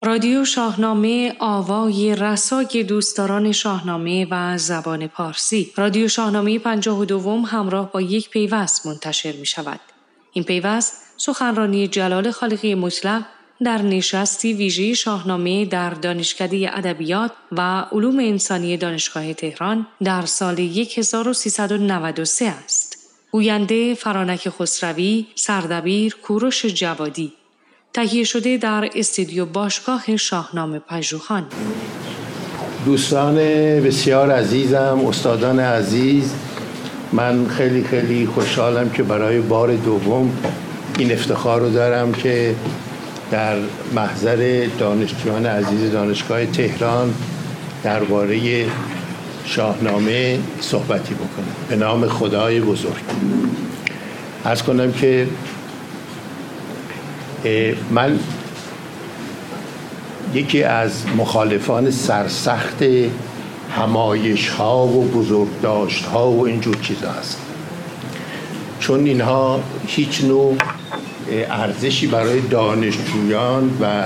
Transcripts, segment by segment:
رادیو شاهنامه، آوای رسای دوستداران شاهنامه و زبان پارسی. رادیو شاهنامه 52 همراه با یک پیوست منتشر می شود. این پیوست سخنرانی جلال خالقی مطلق در نشستی ویژه شاهنامه در دانشکده ادبیات و علوم انسانی دانشگاه تهران در سال 1393 است. گوینده فرانک خسروی، سردبیر کوروش جوادی. تهیه شده در استودیو باشگاه شاهنامه پژوهان. دوستان بسیار عزیزم، استادان عزیز، من خیلی خوشحالم که برای بار دوم این افتخار رو دارم که در محضر دانشجویان عزیز دانشگاه تهران درباره شاهنامه صحبتی بکنم. به نام خدای بزرگ. عرض کنم که من یکی از مخالفان سرسخت همایش ها و بزرگداشت ها و اینجور چیزا هست، چون اینها هیچ نوع ارزشی برای دانشجویان و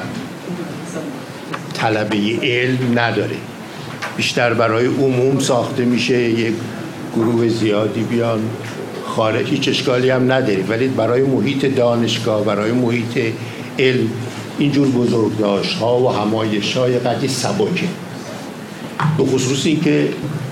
طلبه علم نداره. بیشتر برای عموم ساخته میشه، یک گروه زیادی بیان خارج، هیچ اشکالی هم نداره، ولی برای محیط دانشگاه، برای محیط علم اینجور بزرگداشت ها و همایش های قدری سبکه. به خصوص این که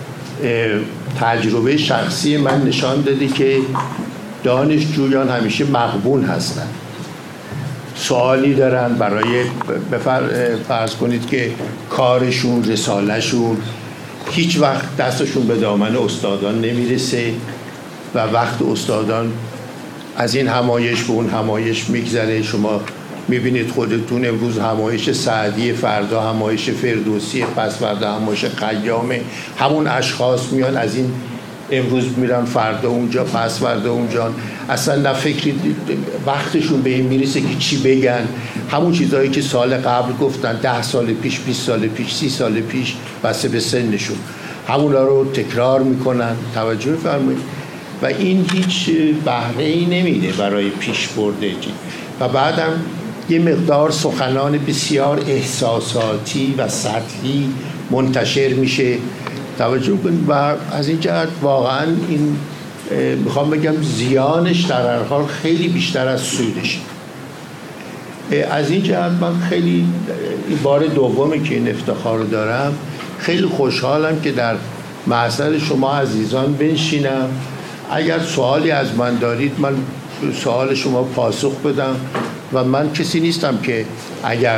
تجربه شخصی من نشان داده که دانشجویان همیشه مغبون هستن، سوالی دارن برای فرض کنید که کارشون، رسالهشون هیچ وقت دستشون به دامن استادان نمیرسه و وقت استادان از این همایش به اون همایش میگذره. شما میبینید خودتون امروز همایش سعدی، فردا همایش فردوسی، پس فردا همایش خیامه، همون اشخاص میان از این امروز میرن فردا اونجا، پس فردا اونجا، اصلا نه فکری وقتشون به این میرسه که چی بگن. همون چیزهایی که سال قبل گفتن، 10 سال پیش، 20 سال پیش، 30 سال پیش، بسته به سنشون، همونا رو تکرار میکنن. توجه فرمایید. و این هیچ بهره‌ای نمیده برای پیش برده. و بعدم یه مقدار سخنان بسیار احساساتی و سطحی منتشر میشه. توجه کنید. و از این جهت واقعا این میخوام بگم زیانش در هر حال خیلی بیشتر از سودش. از این جهت من خیلی این بار دومه که این افتخار رو دارم، خیلی خوشحالم که در محضر شما عزیزان بنشینم. اگر سوالی از من دارید من سوال شما پاسخ بدم و من کسی نیستم که اگر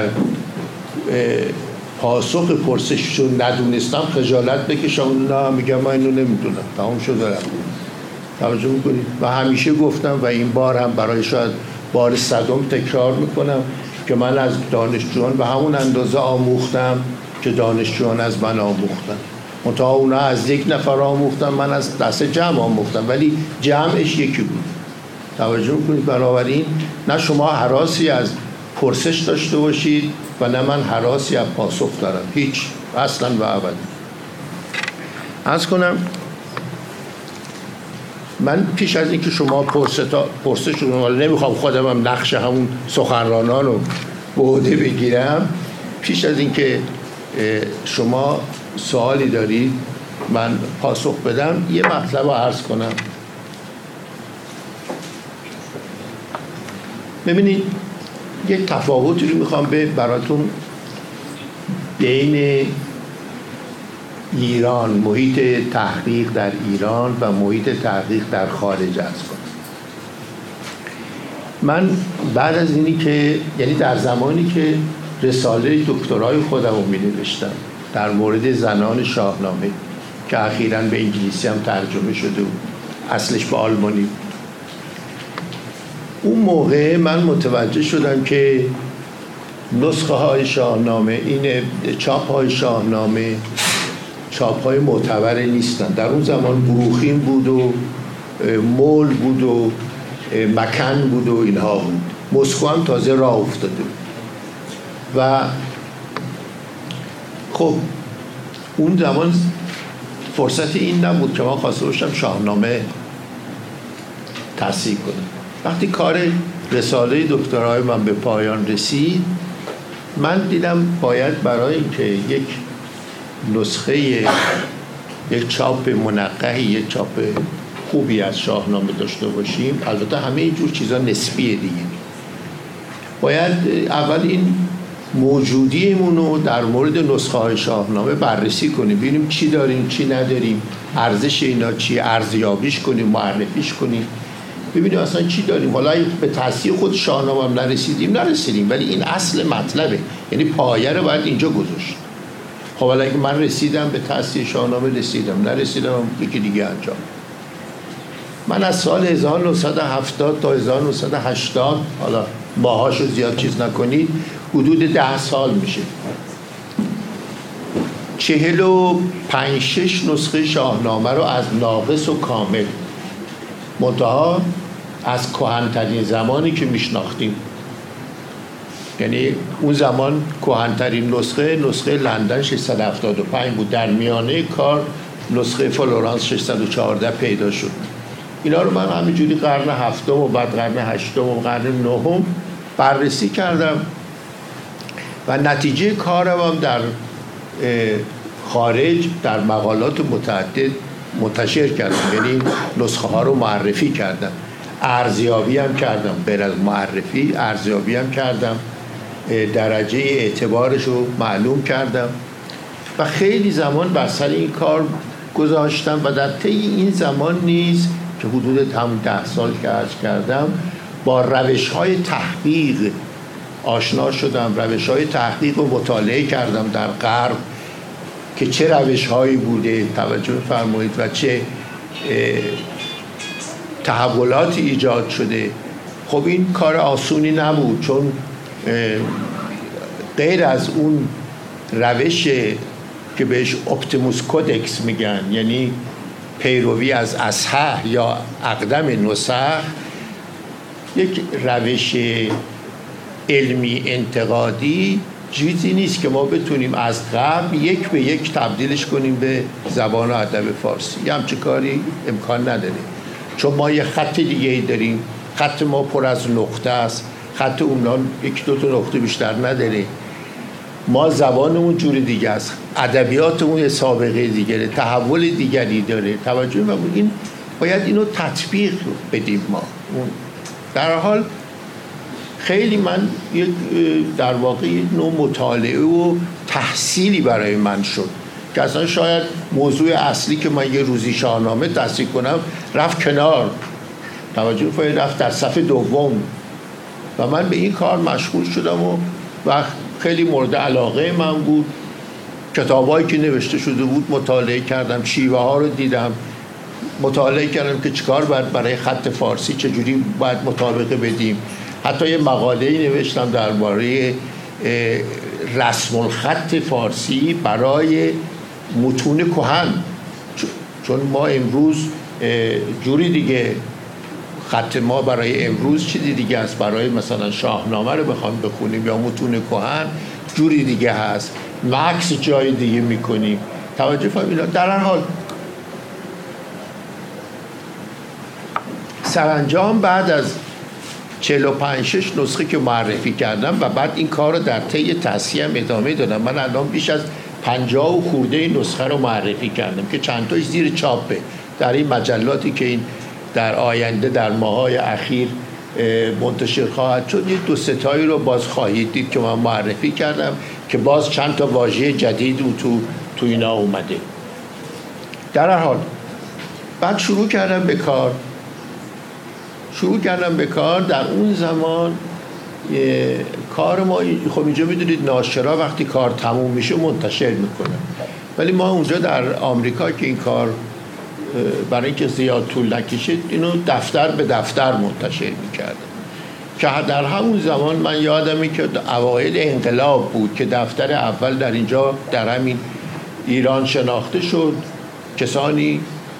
پاسخ پرسششون ندونستم خجالت بکشم، نه میگم من اینو نمیدونم، تمام شد دارم. توجه میکنید. و همیشه گفتم و این بار هم برای شاید بار صدم تکرار میکنم که من از دانشجویان به همون اندازه آموختم که دانشجویان از من آموختن. منتها اونا از یک نفر آموختن، من از دست جمع آموختم، ولی جمعش یکی بود. توجه کنید. بنابراین نه شما هراسی از پرسش داشته باشید و نه من هراسی از پاسخ دارم، هیچ، اصلا و ابدا. عرض کنم من پیش از اینکه شما پرسش رو نمیخوام خودم هم نقش همون سخنرانان رو به عهده بگیرم، پیش از اینکه شما سوالی دارید من پاسخ بدم، یه مطلب رو عرض کنم. ببینید یک تفاوتی رو میخوام براتون بین ایران، محیط تحقیق در ایران و محیط تحقیق در خارج عرض کنم. من بعد از اینی که یعنی در زمانی که رساله دکترای خودم رو می نوشتم در مورد زنان شاهنامه که اخیراً به انگلیسی هم ترجمه شده بود، اصلش به آلمانی بود، اون موقع من متوجه شدم که نسخه های شاهنامه، این چاپ های شاهنامه چاپ های معتبری نیستن. در اون زمان بروخیم بود و مول بود و مکن بود و اینها بود. مسکو هم تازه راه افتاده بود. و خب اون زمان فرصت این نبود که من خواسته باشم شاهنامه تصحیح کنم. وقتی کار رساله دکترای من به پایان رسید، من دیدم باید برای اینکه یک نسخه، یک چاپ منقحی، یک چاپ خوبی از شاهنامه داشته باشیم، البته همه اینجور چیزا نسبیه دیگه، باید اول این موجودیمون رو در مورد نسخه های شاهنامه بررسی کنیم، ببینیم چی داریم چی نداریم، ارزش اینا چیه، ارزیابیش کنیم، معرفیش کنیم، ببینیم اصلا چی داریم. حالا به تاثیر خود شاهنامه هم نرسیدیم، ولی این اصل مطلبه، یعنی پایه رو باید اینجا گذاشت. خب حالا اگه من رسیدم به تاثیر شاهنامه، نرسیدم یکی دیگه انجام. من از سال 1970 تا 1980، حالا ماهاشو زیاد چیز نکنید، حدود 10 سال میشه، 45 نسخه شاهنامه رو از ناقص و کامل، منتها از کهن‌ترین زمانی که میشناختیم، یعنی اون زمان کهن‌ترین نسخه لندن 675 بود، در میانه کار نسخه فلورانس 614 پیدا شد. اینا رو من همینجوری قرن هفتم و بعد قرن هشتم و قرن نهم بررسی کردم و نتیجه کارم هم در خارج در مقالات متعدد منتشر کردم، یعنی نسخه ها رو معرفی کردم، ارزیابی هم کردم، غیر از معرفی ارزیابی هم کردم، درجه اعتبارش رو معلوم کردم و خیلی زمان بر سر این کار گذاشتم و در طی این زمان نیز که حدود هم 10 سال که عرض کردم با روش‌های تحقیق آشنا شدم، روش‌های تحقیق رو مطالعه کردم در غرب که چه روش‌هایی بوده، توجه فرمایید، و چه تحولاتی ایجاد شده. خب این کار آسونی نبود، چون غیر از اون روش که بهش اپتیموس کودکس میگن، یعنی پیروی از اصحاح یا اقدم نسخ، یک روش علمی انتقادی چیزی نیست که ما بتونیم از قبل یک به یک تبدیلش کنیم به زبان و ادب فارسی. یه همچه کاری امکان نداره، چون ما یه خط دیگه ای داریم، خط ما پر از نقطه است، خط اونا یک دو تا نقطه بیشتر نداره، ما زبانمون جور دیگه است، ادبیاتمون یه سابقه دیگره، تحول دیگری داره. توجه فرمودید، این باید اینو تطبیق بدیم ما. در حال خیلی من یک در واقع یک نوع مطالعه و تحصیلی برای من شد که اصلا شاید موضوع اصلی که من یه روزی شاهنامه تصحیح کنم رفت کنار، توجه فرمودید، رفت در صفحه دوم و من به این کار مشغول شدم و خیلی مورد علاقه من بود. کتابایی که نوشته شده بود مطالعه کردم، شیوه ها رو دیدم، مطالعه کردم که چیکار باید برای خط فارسی چجوری باید مطابقه بدیم. حتی یه مقاله‌ای نوشتم درباره رسم الخط فارسی برای متون کهن، چون ما امروز جوری دیگه خط ما برای امروز چیزی دیگه است، برای مثلا شاهنامه رو بخوام بخونیم یا متون کهن جوری دیگه هست، مکس جای دیگه میکنیم. توجه فرمودید. در هر حال سرانجام بعد از 45 نسخه که معرفی کردم و بعد این کار رو در طی تصحیح ادامه دادم، من الان بیش از 50 خورده نسخه رو معرفی کردم که چند تاش زیر چاپه در این مجلاتی که این در آینده در ماهای اخیر منتشر خواهد شد. یه 2-3 تایی رو باز خواهید دید که من معرفی کردم که باز چند تا واژه جدید تو اینا اومده. در هر حال بعد شروع کردم به کار. در اون زمان کار ما، خب اینجا میدونید ناشرا وقتی کار تموم میشه منتشر میکنن، ولی ما اونجا در آمریکا که این کار برای اینکه زیاد طول نکشید اینو دفتر به دفتر منتشر میکردن، که در همون زمان من یادمه که اوایل انقلاب بود که دفتر اول در اینجا در همین ایران شناخته شد، کسانی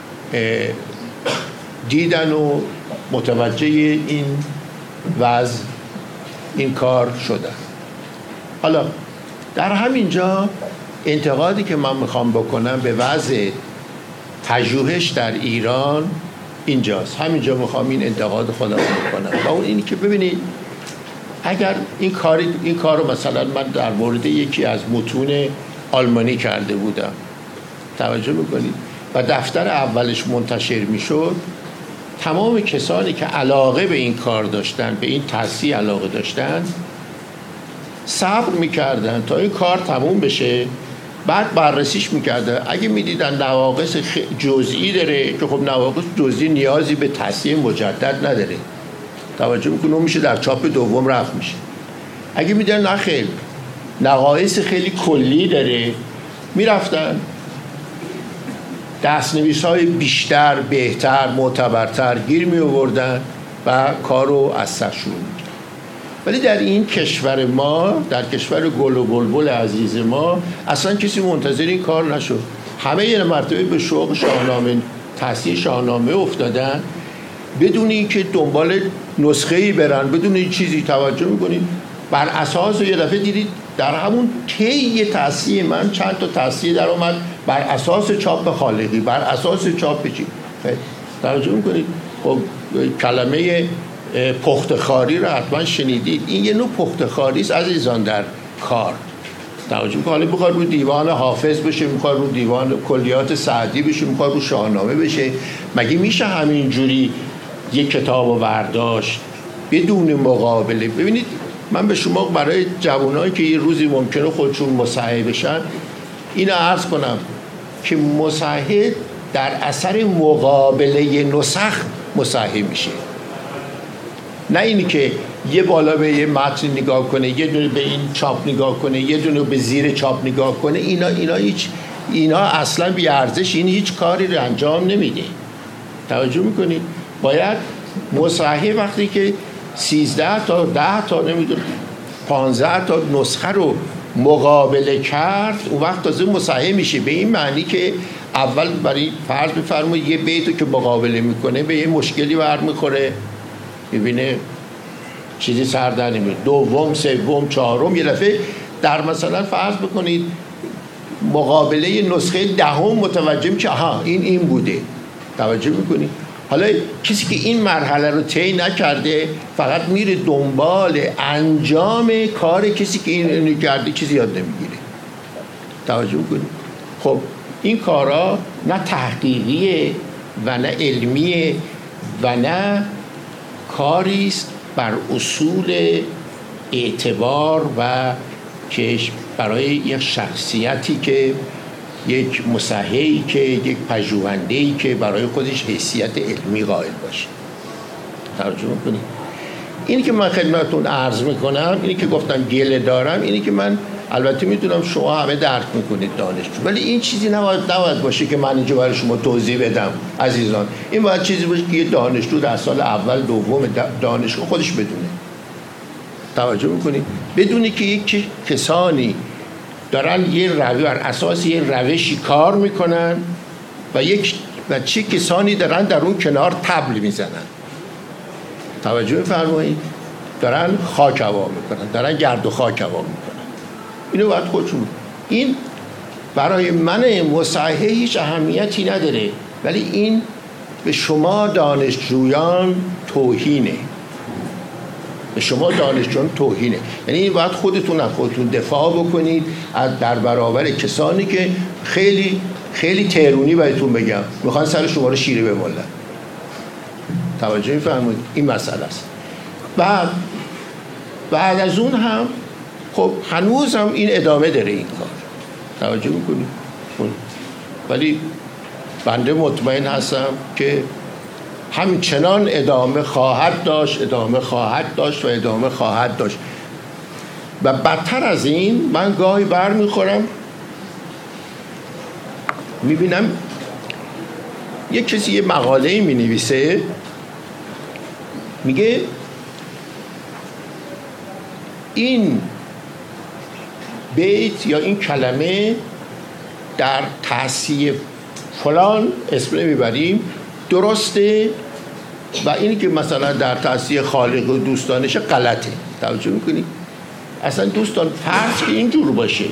دیدن و متوجه این وضع این کار شدن. حالا در همینجا انتقادی که من میخوام بکنم به وضع پژوهش در ایران اینجاست، همینجا میخوام این انتقاد خودم بکنم و اون اینی که ببینید اگر این کار رو مثلا من در مورد یکی از متون آلمانی کرده بودم، توجه میکنید، و دفتر اولش منتشر میشد، تمام کسانی که علاقه به این کار داشتن، به این تصحیح علاقه داشتن، صبر میکردن تا این کار تموم بشه، بعد بررسیش میکردن. اگه میدیدن نواقص جزئی داره، که خب نواقص جزئی نیازی به تصحیح مجدد نداره، توجه میکنه، میشه در چاپ دوم رفت میشه. اگه میدیدن نه خیلی نواقص خیلی کلی داره، میرفتن دستنویس‌های بیشتر، بهتر، معتبرتر گیر می آوردن و کار رو از سر شروع می‌کردن. ولی در این کشور ما، در کشور گل و بلبل عزیز ما، اصلا کسی منتظر این کار نشد. همه یه مرتبه به شوق شاهنامه، تصحیح شاهنامه افتادن، بدون اینکه دنبال نسخه‌ای برن، بدون این چیزی. توجه می‌کنید بر اساس یه دفعه دیدید در همون طی تصحیح من چند تا تصحیح در اومد بر اساس چاپ خالقی، بر اساس چاپ چی. توجه میکنید؟ خب کلمه پختخاری رو حتما شنیدید. این یه نوع پختخاری است عزیزان در کار. توجه میکنید؟ حالا میخواد رو دیوان حافظ بشه، میخواد رو دیوان کلیات سعدی بشه، میخواد رو شاهنامه بشه. مگه میشه همینجوری یک کتاب رو برداشت بدون مقابله؟ ببینید من به شما برای جوانایی که یه روزی ممکنه خودشون مصحح بشن اینو عرض کنم که مصحح در اثر مقابله نسخ مصحح میشه، نه اینی که یه بالا به یه متن نگاه کنه، یه دونه به این چاپ نگاه کنه، یه دونه به زیر چاپ نگاه کنه. اینا اصلا بی ارزش، این هیچ کاری رو انجام نمیده. توجه میکنید؟ باید مصحح وقتی که 13 تا 10 تا نمیدونم 15 تا نسخه رو مقابله کرد، اون وقت تازه مصحح میشه. به این معنی که اول برای فرض بفرمایید یه بیتو که مقابله میکنه به یه مشکلی برمیخوره، میبینه چیزی سر در نمیاد، دوم، سوم، چهارم، یه دفعه در مثلا فرض بکنید مقابله نسخه دهم متوجه میشه آها این بوده. توجه میکنید؟ حالا کسی که این مرحله رو طی نکرده فقط میره دنبال انجام کار کسی که این کرده، چیزی یاد نمیگیره. توجه میکنید؟ خب این کارا نه تحقیقیه و نه علمیه و نه کاریست بر اصول اعتبار و که برای یک شخصیتی که یک مصححی که یک پژوهنده‌ای که برای خودش حیثیت علمی قائل باشه. توجه می‌کنید؟ اینی که من خدمتتون عرض میکنم، اینی که گفتم گله دارم، اینی که من البته میدونم شما همه درک میکنید دانشجو، ولی این چیزی نباید باشه که من اینجا برای شما توضیح بدم عزیزان. این باید چیزی باشه که یه دانشجو در سال اول دوم دانشگاه خودش بدونه. توجه میکنید؟ بدونی که یک کسانی دارن یه بر اساس یه روشی کار میکنن و چه کسانی دارن در اون کنار طبل میزنن. توجه فرمایید؟ دارن خاک هوا میکنن، دارن گرد و خاک هوا میکنن. اینو باید خودشون. این برای من مصحح هیچ اهمیتی نداره، ولی این به شما دانشجویان توهینه. به شما دانشجویان توهینه. یعنی این باید خودتون دفاع بکنید در برابر کسانی که خیلی خیلی تهرونی بهتون بگم میخوان سر شما رو شیره بمالن. توجه می‌فرمایید؟ این مسئله است. بعد از اون هم خب هنوز هم این ادامه داره این کار. توجه میکنید؟ ولی بنده مطمئن هستم که همچنان ادامه خواهد داشت و بدتر از این من گاهی برمیخورم میبینم یک کسی یه مقاله‌ای مینویسه میگه این بیت یا این کلمه در تصحیح فلان اسم نمیبریم درسته و اینی که مثلا در تصحیح خالق و دوستانش غلطه. توجه میکنی؟ اصلا دوستان فرض که اینطور باشه،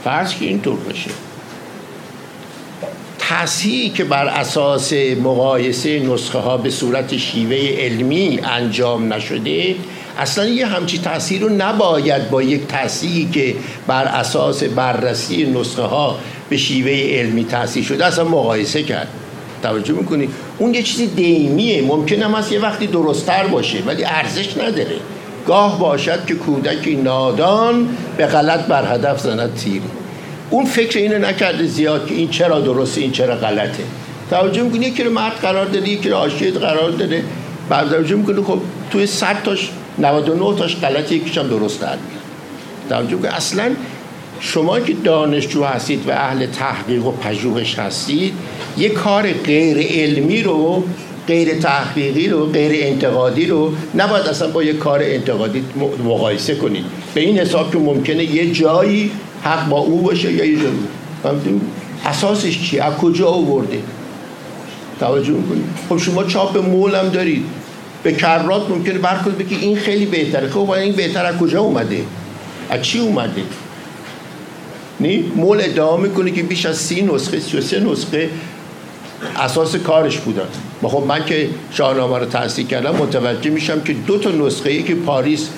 تصحیحی که بر اساس مقایسه نسخه ها به صورت شیوه علمی انجام نشده اصلا یه همچی تأثیر رو نباید با یک تأثیری که بر اساس بررسی نسخه ها به شیوه علمی تأثیر شده اصلا مقایسه کرد. توجه میکنی؟ اون یه چیزی دیمیه، ممکنه هم از یه وقتی درست‌تر باشه ولی ارزش نداره. گاه باشد که کودکی نادان به غلط بر هدف زند تیری. اون فکر اینو نکرده زیاد که این چرا درسته این چرا غلطه. توجه میکنی یکی رو مرد قرار داده یکی رو عاشق قرار داده، بعد توجه میکنی خب توی 100 تاش 99 تاش غلطه یکیش هم درست در میاد. توجه میکنی اصلا شما که دانشجو هستید و اهل تحقیق و پژوهش هستید یک کار غیر علمی رو، غیر تحقیقی رو، غیر انتقادی رو نباید اصلا با یک کار انتقادی مقایسه کنید به این حساب که ممکنه یه جایی حق با او باشه یا یه جایی اساسش چیه، از کجا آورده. توجه میکنید؟ خب شما چاپ مول هم دارید، به کرات ممکنه برخورد بگی این خیلی بهتره. خب این بهتر از کجا اومده، از چی اومده؟ نه مول ادعا میکنه که بیش از 30 نسخه 33 نسخه اساس کارش بودن. خب من که شاهنامه رو تحصیل کردم متوجه میشم که 2 تا نسخه، یکی پاریس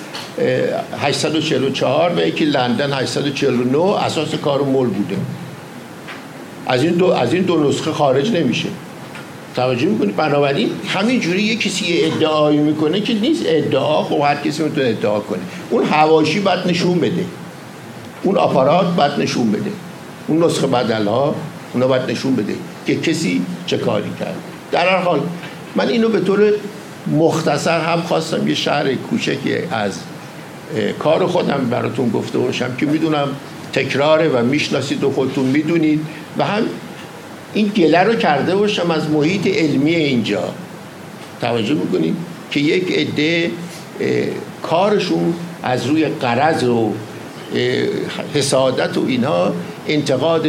844 و یکی لندن 849 اساس کار مول بوده. از این دو نسخه خارج نمیشه. توجه میکنی؟ بنابراین همینجوری یه کسی ادعایی میکنه که نیست ادعا، خب هر کسی میتونه ادعا کنه. اون حواشی باید نشون بده، اون آپارات باید نشون بده، اون نسخه بدلها اونا باید نشون بده که کسی چه کاری کرد. در هر حال من اینو به طور مختصر هم خواستم یه شرح کوچکی از کار خودم براتون گفته باشم که میدونم تکراره و میشناسید و خودتون میدونید و هم این گله رو کرده باشم از محیط علمی اینجا. توجه میکنید که یک عده کارشون از روی غرض و حسادت و اینها انتقاد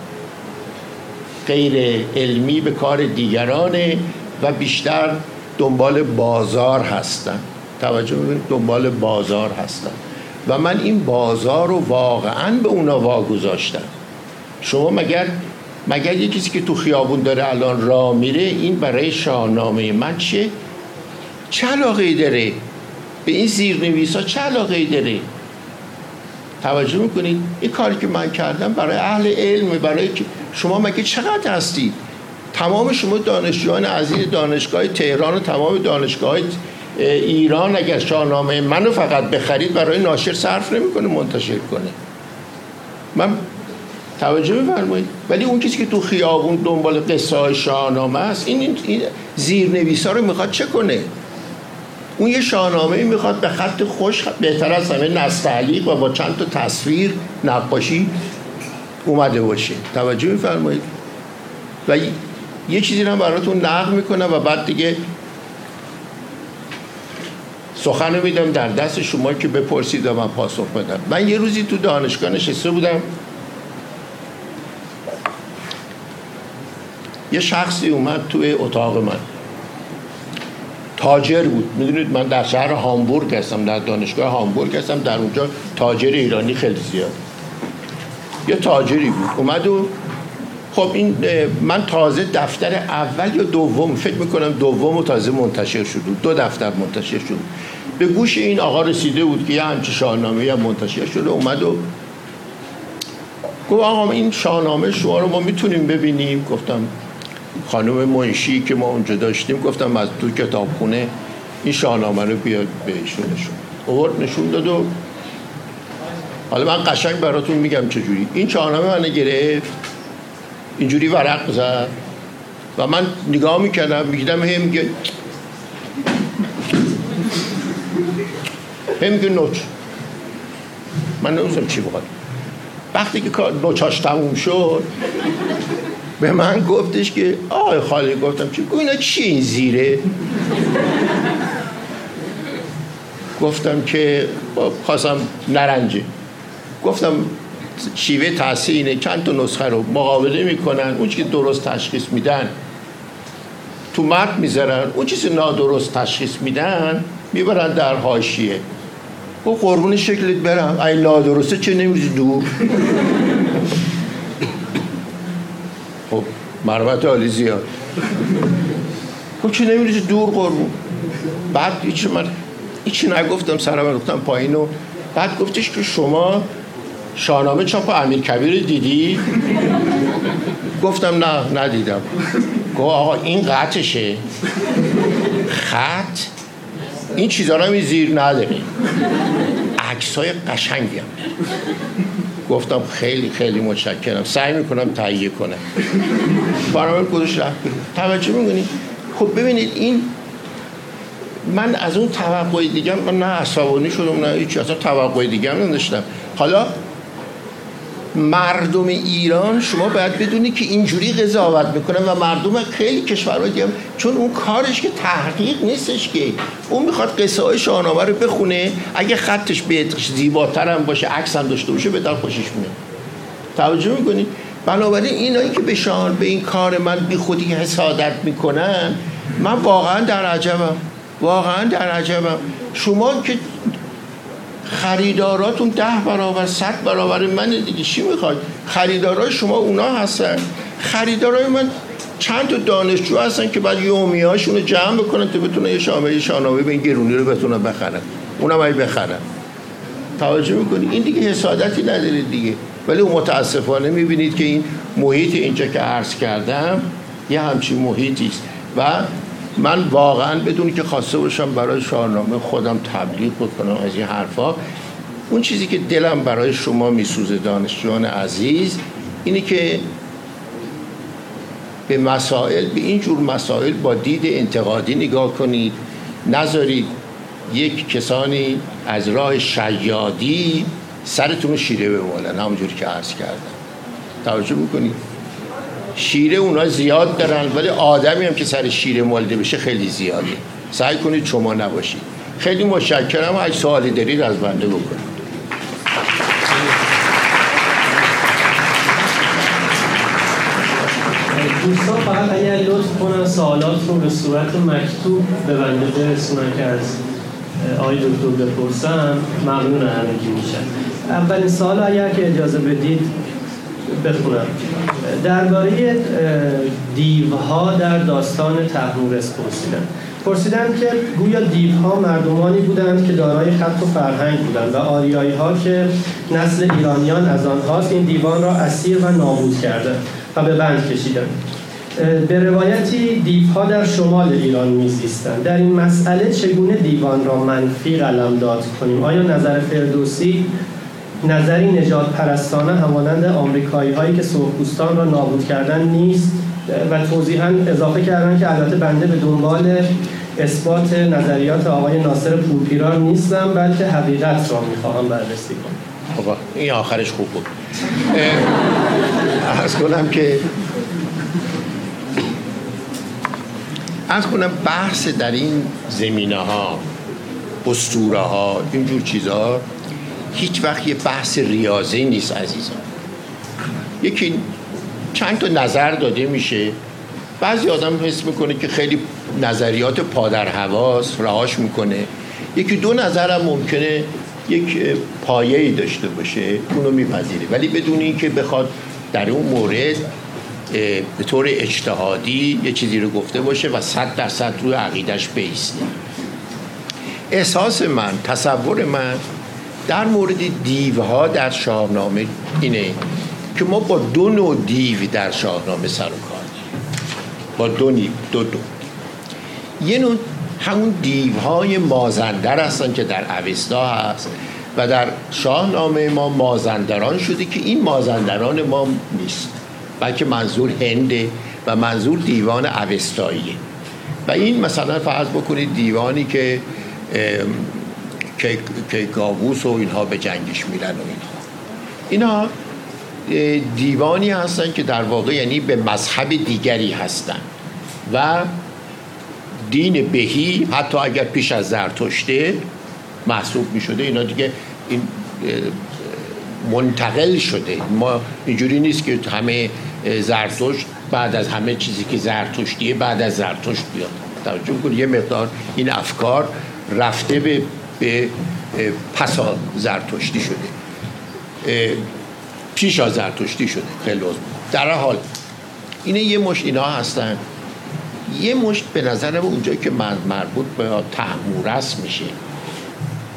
غیر علمی به کار دیگرانه و بیشتر دنبال بازار هستن. توجه میکنید؟ دنبال بازار هستن و من این بازار رو واقعا به اونا واگذاشتم. شما مگر یه کسی که تو خیابون داره الان راه میره این برای شاهنامه من چه علاقه‌ای داره؟ به این زیرنویسا چه علاقه‌ای داره؟ توجه میکنید؟ این کاری که من کردم برای اهل علم، برای که شما مگه چقدر هستید؟ تمام شما دانشجویان عزیز دانشگاه تهران و تمام دانشگاه ایران اگر شاهنامه منو فقط بخرید برای ناشر صرف نمیکنه منتشر کنه. من توجه می‌فرمایید؟ ولی اون کسی که تو خیابون دنبال قصه های شاهنامه است این زیرنویسا رو میخواد چه کنه؟ اون یه شاهنامه میخواد به خط خوش بهتر از همه نستعلیق و با چند تا تصویر نقاشی اومده باشه. توجه می‌فرمایید؟ و یه چیزی رو براتون نقل میکنم و بعد دیگه سخن رو میدم در دست شما که بپرسید و من پاسخ بدم. من یه روزی تو دانشگاه نشسته بودم، یه شخصی اومد توی اتاق من، تاجر بود. میدونید من در شهر هامبورگ هستم، در دانشگاه هامبورگ هستم، در اونجا تاجر ایرانی خیلی زیاد. یه تاجری بود اومد و خب این من تازه دفتر اول یا دوم فکر میکنم دوم تازه منتشر شد، 2 دفتر منتشر شد، به گوش این آقا رسیده بود که یه همچه شاهنامه‌ای هم منتشر شده. اومد و گفت آقا این شاهنامه شما رو ما میتونیم ببینیم؟ گفتم خانم منشی که ما اونجا داشتیم، گفتم از تو کتابخونه این شاهنامه رو بیاد بهشون نشون. آورد نشون داد و حالا من قشنگ براتون میگم چجوری. این شاهنامه من گرفت اینجوری ورق زد و من نگاه میکردم میگیدم هم میگه نوچ. من نمیدونم چی بخواد. وقتی که نوچاش تموم شد به من گفتش که آقای خالی، گفتم چی؟ اینا چی این زیره؟ گفتم که خواستم نرنجه. گفتم شیوه تحصیل اینه چند تا نسخه رو مقابله میکنن، اون چیزی که درست تشخیص میدن تو متن میذارن، اون چیزی نادرست تشخیص میدن میبرن در حاشیه. و قربون شکلت برم این نادرسته چه نمیریزی دور؟ خب مرمت عالی زیاد. خب چه نمیریزی دور قربون؟ بعد چه من هیچی نگفتم، سرم گفتم پایین و بعد گفتش که شما شاهنامه چاپ امیرکبیر دیدی؟ گفتم نه ندیدم. گفت آقا این خطشه، خط این چیزا رو هم زیر نداره، عکسای قشنگی هم داره. گفتم خیلی خیلی متشکرم، سعی میکنم تهیه کنم. برنامه گذاشت رفت. توجه میکنید؟ خب ببینید این من از اون توقع دیگه من نه عصبانی شدم نه هیچ، اصلا توقع دیگه هم نداشتم. حالا مردم ایران شما باید بدونی که اینجوری قضاوت میکنن و مردم خیلی کشورهای دیگه، چون اون کارش که تحقیق نیستش، که اون میخواد قصه های شاهنامه رو بخونه، اگه خطش زیباتر هم باشه، عکس هم داشته باشه، بهتر خوشش میاد. توجه میکنی؟ بنابراین اینایی که به این کار من بی خودی حسادت میکنن، من واقعا در عجبم. شما که خریداراتون 10 برابر 100 برابر منه دیگه، چی میخواید؟ خریدارای شما اونا هستن. خریدارای من چند تا دانشجو هستن که بعد یومیهاشون رو جمع بکنن تا بتونن یه شاهنامه به این گرونی رو بتونن بخرن، اونم باید بخرن. توجه میکنی؟ این دیگه حسادتی نداره دیگه. ولی متاسفانه میبینید که این محیط اینجا که عرض کردم یه همچین محیطی است و من واقعا بدون که خواسته باشم برای شاهنامه خودم تبلیغ بکنم از این حرفا. اون چیزی که دلم برای شما میسوزه دانشجویان عزیز اینه که به مسائل، به این جور مسائل با دید انتقادی نگاه کنید، نذارید یک کسانی از راه شیادی سرتون رو شیره بمالن. همونجوری که عرض کردم، توجه میکنید؟ شیره اونا زیاد دارن ولی آدمی هم که سر شیره مالده بشه خیلی زیاده. سعی کنید شما نباشید. خیلی متشکرم. اگه سوالی دارید از بنده بکنید. دوستان فقط اگر لطف کنن سوالات رو به صورت مکتوب به بنده برسونن که از آقای دکتر بپرسم، ممنون همگی میشن. اولین سوال اگر که اجازه بدید بخونم. درباره دیوها در داستان طهمورث پرسیدن که گویا دیوها مردمانی بودند که دارای خط و فرهنگ بودند و آریایی ها که نسل ایرانیان از آنهاست این دیوان را اسیر و نابود کردند و به بند کشیدند. به روایتی دیوها در شمال ایران میزیستند. در این مسئله چگونه دیوان را منفی قلمداد کنیم؟ آیا نظر فردوسی نظری نجات پرستانه همانند آمریکایی هایی که سرخپوستان را نابود کردن نیست؟ و توضیحاً اضافه کردن که البته بنده به دنبال اثبات نظریات آقای ناصر پورپیرار نیستم، بلکه حقیقت را میخواهم بررسی کنم. خب این آخرش خوب بود. عرض کنم بحث در این زمینه ها، اسطوره ها، اینجور چیزها هیچ وقت یه بحث ریاضی نیست عزیزان. یکی چند تا نظر داده میشه، بعضی آدم حس میکنه که خیلی نظریات پادر هواست، رهاش میکنه. یکی دو نظر هم ممکنه یک پایه‌ای داشته باشه، اونو میپذیره، ولی بدون اینکه بخواد در اون مورد به طور اجتهادی یه چیزی رو گفته باشه و 100% روی عقیدش بیسته. احساس من، تصور من در مورد دیوها در شاهنامه اینه که ما با دو نوع دیو در شاهنامه سر و کار داریم. با دو یه نوع همون دیوهای مازندر هستن که در اوستا هست و در شاهنامه ما مازندران شده که این مازندران ما نیست، بلکه منظور هنده و منظور دیوان اوستاییه. و این مثلا فرض بکنید دیوانی که کیکاووس و اینها به جنگش میرن و اینها دیوانی هستن که در واقع یعنی به مذهب دیگری هستن و دین بهی حتی اگر پیش از زرتشته محسوب می شده، اینا دیگه این منتقل شده. ما اینجوری نیست که همه زرتشت بعد از همه چیزی که زرتشتیه بعد از زرتشت بیاد. توجه کنید یه مقدار این افکار رفته به پسا زرتشتی شده، پیش از زرتشتی شده. خیلی لازم. در حال اینه یه مشت اینا هستن. یه مشت به نظرم اونجایی که مربوط به طهمورث میشه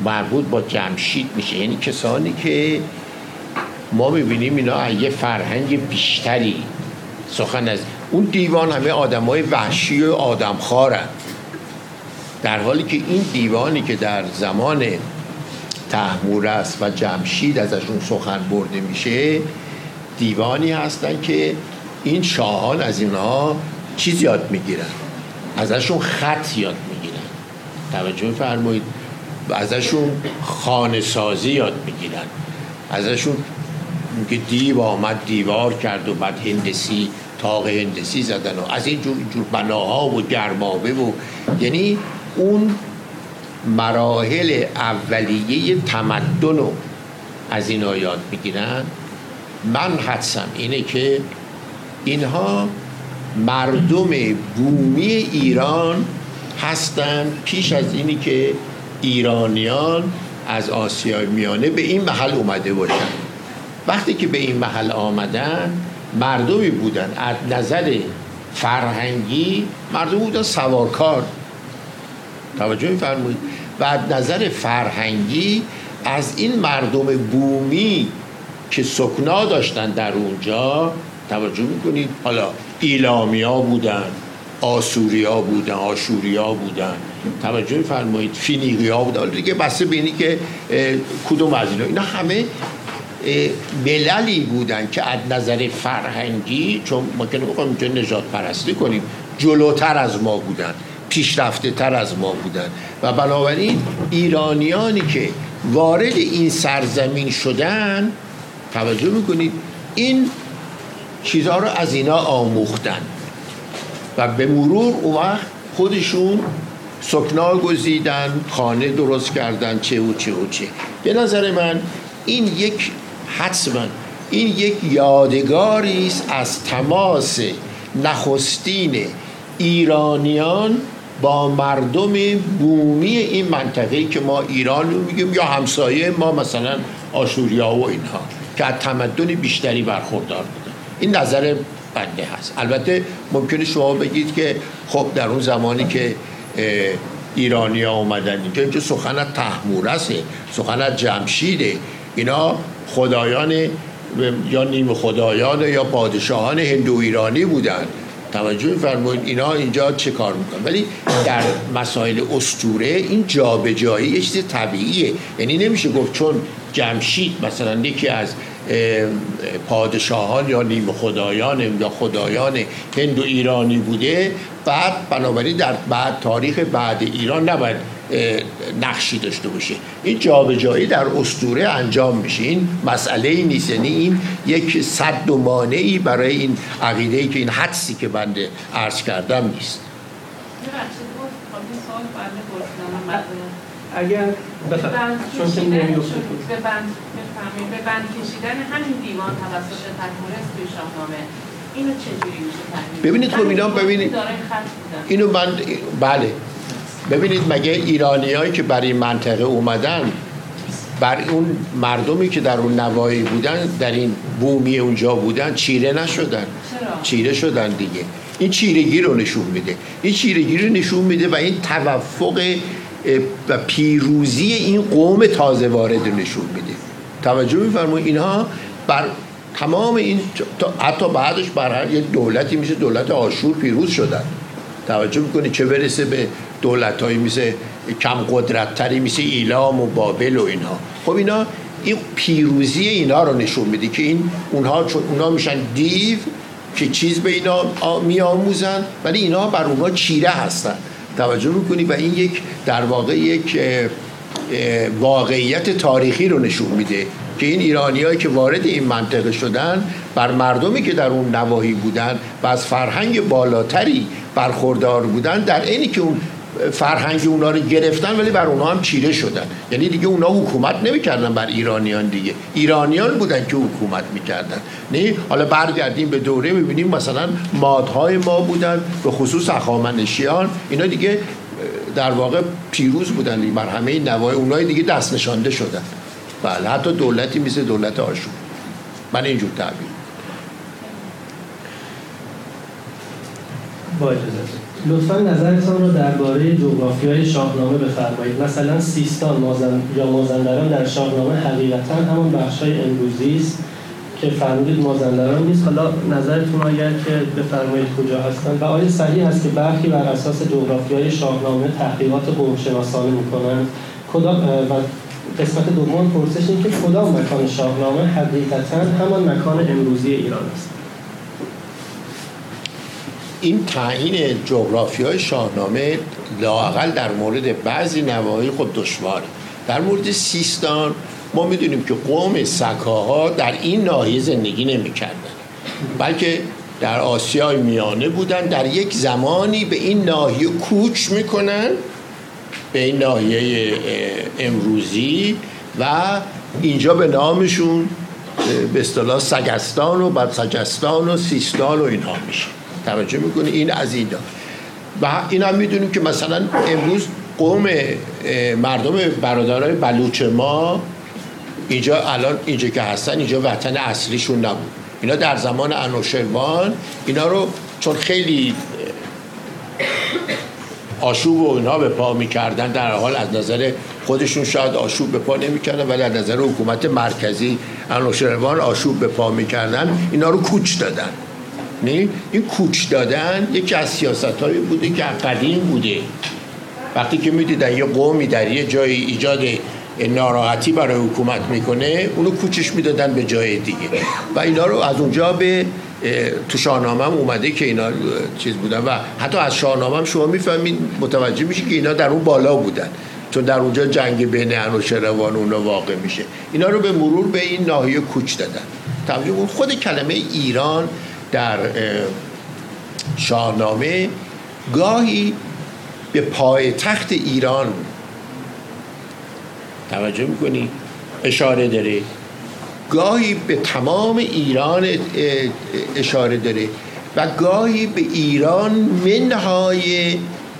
مربوط با جمشید میشه، یعنی کسانی که ما میبینیم اینا از یه فرهنگ بیشتری سخن از اون دیوان همه آدمای وحشی و آدمخوارن، در حالی که این دیوانی که در زمان طهمورث و جمشید ازشون سخن برده میشه دیوانی هستن که این شاهان از اینها چیز یاد میگیرن، ازشون خط یاد میگیرن، توجه فرمایید، ازشون خانه سازی یاد میگیرن، ازشون که دیو آمد دیوار کرد و بعد هندسی تاق هندسی زدن و از این جور بناها و گرمابه و یعنی اون مراحل اولیه تمدن رو از اینا یاد میگیرن. من حدسم اینه که اینها مردم بومی ایران هستن پیش از اینی که ایرانیان از آسیای میانه به این محل اومده باشن. وقتی که به این محل آمدن مردمی بودن از نظر فرهنگی مردم بودن سوارکار، توجه می‌فرمایید، و از نظر فرهنگی از این مردم بومی که سکنا داشتن در اونجا توجه میکنید، حالا ایلامیا بودن، آسوریا بودن، آشوریا بودن، توجه فرمایید، فینیقیا بودن، حالا دیگه بسته بینی که کدوم از اینا همه مللی بودن که از نظر فرهنگی، چون ما که نمیخوایم اینجا نژاد پرستی کنیم، جلوتر از ما بودن، پیشرفته تر از ما بودن و بنابراین ایرانیانی که وارد این سرزمین شدن توجه میکنید این چیزها رو از اینا آموختن و به مرور اون وقت خودشون سکنا گزیدن، خانه درست کردن، چه و چه و چه. به نظر من این یک حتما این یک یادگاری است از تماس نخستین ایرانیان با مردم بومی این منطقه‌ای که ما ایران رو میگیم یا همسایه ما مثلا آشوریا و اینها که از تمدن بیشتری برخوردار بودن. این نظر بنده هست. البته ممکنه شما بگید که خب در اون زمانی که ایرانی‌ها اومدن اینجا سخن از طهمورثه، سخن از جمشیده، اینا خدایان یا نیم خدایان یا پادشاهان هندو ایرانی بودن، توجه فرمایید، اینا اینجا چه کار میکنن. ولی در مسائل اسطوره این جابجایی یه چیز طبیعیه، یعنی نمیشه گفت چون جمشید مثلا یکی از پادشاهان یا نیم خدایان یا خدایان هندو ایرانی بوده بعد بنابراین در بعد تاریخ بعد ایران نباید نقشی داشته باشه. این جابجایی در اسطوره انجام میشه، این مسئله ای نیست، یعنی این یک سد و مانعی برای این عقیده‌ای که این حدسی که بنده عرض کردم نیست. اگر چون که نمی‌افته به بند کشیدن همین دیوان توسط طهمورث توی شاهنامه اینو چجوری میشه فهمید؟ ببینید خب اینا ببینید اینو من بله ببینید مگه ایرانیایی که برای این منطقه اومدن بر اون مردمی که در اون نواحی بودن در این بومی اونجا بودن چیره نشدن؟ چرا؟ چیره شدن دیگه. این چیرگی رو نشون میده، این چیرگی رو نشون میده و این توفق و پیروزی این قوم تازه وارد نشون میده. توجه می‌فرمایید اینها بر تمام این حتی بعدش بر یک دولتی میشه دولت آشور پیروز شدن. توجه میکنید چه برسه به دولت‌هایی مثل کم قدرت‌تری مثل ایلام و بابل و اینها. خب اینا این پیروزی اینا رو نشون میده که این اونها چون اونها میشن دیو که چیز به اینا میآموزن ولی اینا بر اونها چیره هستن. توجه میکنید و این یک در واقع یک واقعیت تاریخی رو نشون میده که این ایرانیایی که وارد این منطقه شدن بر مردمی که در اون نواحی بودن و از فرهنگ بالاتری برخوردار بودن در عینی که اون فرهنگ اونا رو گرفتن ولی بر اونها هم چیره شدن. یعنی دیگه اونا حکومت نمی‌کردن بر ایرانیان، دیگه ایرانیان بودن که حکومت می‌کردن. نه حالا برگردیم به دوره می‌بینیم مثلا مادهای ما بودن به خصوص هخامنشیان، اینا دیگه در واقع پیروز بودن بر همه نواحی، اونای دیگه دست نشانده شدن. بله حتی دولتی مثل دولت آشور. من اینجور تعبیر با اجازه لطفاً نظرتان رو درباره جغرافیای شاهنامه بفرمایید. مثلا سیستان یا مازندران در شاهنامه حقیقتاً همون بخش‌های امروزی است که فرمودید مازندران نیست. حالا نظرتون اگر که بفرمایید کجا هستن و آیا صحیح است که برخی بر اساس جغرافیای شاهنامه تحقیقات قوم‌شناسانه می‌کنند؟ و قسمت دوم پرسش این که کدام مکان شاهنامه حقیقتاً همان مکان امروزی ایران است؟ این تعیین جغرافیای شاهنامه لااقل در مورد بعضی نواحی خود دشواره. در مورد سیستان ما میدونیم که قوم سکاها در این ناحیه زندگی نمی‌کردند، بلکه در آسیای میانه بودن. در یک زمانی به این ناحیه کوچ میکنن، به این ناحیه امروزی، و اینجا به نامشون به اصطلاح سگستان و بعد سجستان و سیستان و اینها میشه. توجه میکنی؟ این از اینا. و این هم میدونیم که مثلا امروز قوم مردم برادرای بلوچ ما اینجا الان اینجا که هستن اینجا وطن اصلیشون نبود. اینا در زمان انوشیروان اینا رو چون خیلی آشوب و اینها به پا میکردن، در حال از نظر خودشون شاید آشوب به پا نمیکردن ولی از نظر حکومت مرکزی انوشیروان آشوب به پا میکردن، اینا رو کوچ دادن. نه این کوچ دادن یکی از سیاست‌هایی بوده که قدیم بوده. وقتی که میدیدن یه قومی در یه جایی ایجاد ناراحتی برای حکومت میکنه، اونو کوچش میدادن به جای دیگه و اینا رو از اونجا به تو شاهنامه هم اومده که اینا چیز بودن و حتی از شاهنامه هم شما میفهمید متوجه میشه که اینا در اون بالا بودن، چون در اونجا جنگ بین انوشیروان اونا واقع میشه. اینا رو به مرور به این ناحیه کوچ دادن. توجه کن خود کلمه ایران در شاهنامه گاهی به پایتخت ایران توجه میکنی اشاره داره، گاهی به تمام ایران اشاره داره و گاهی به ایران منهای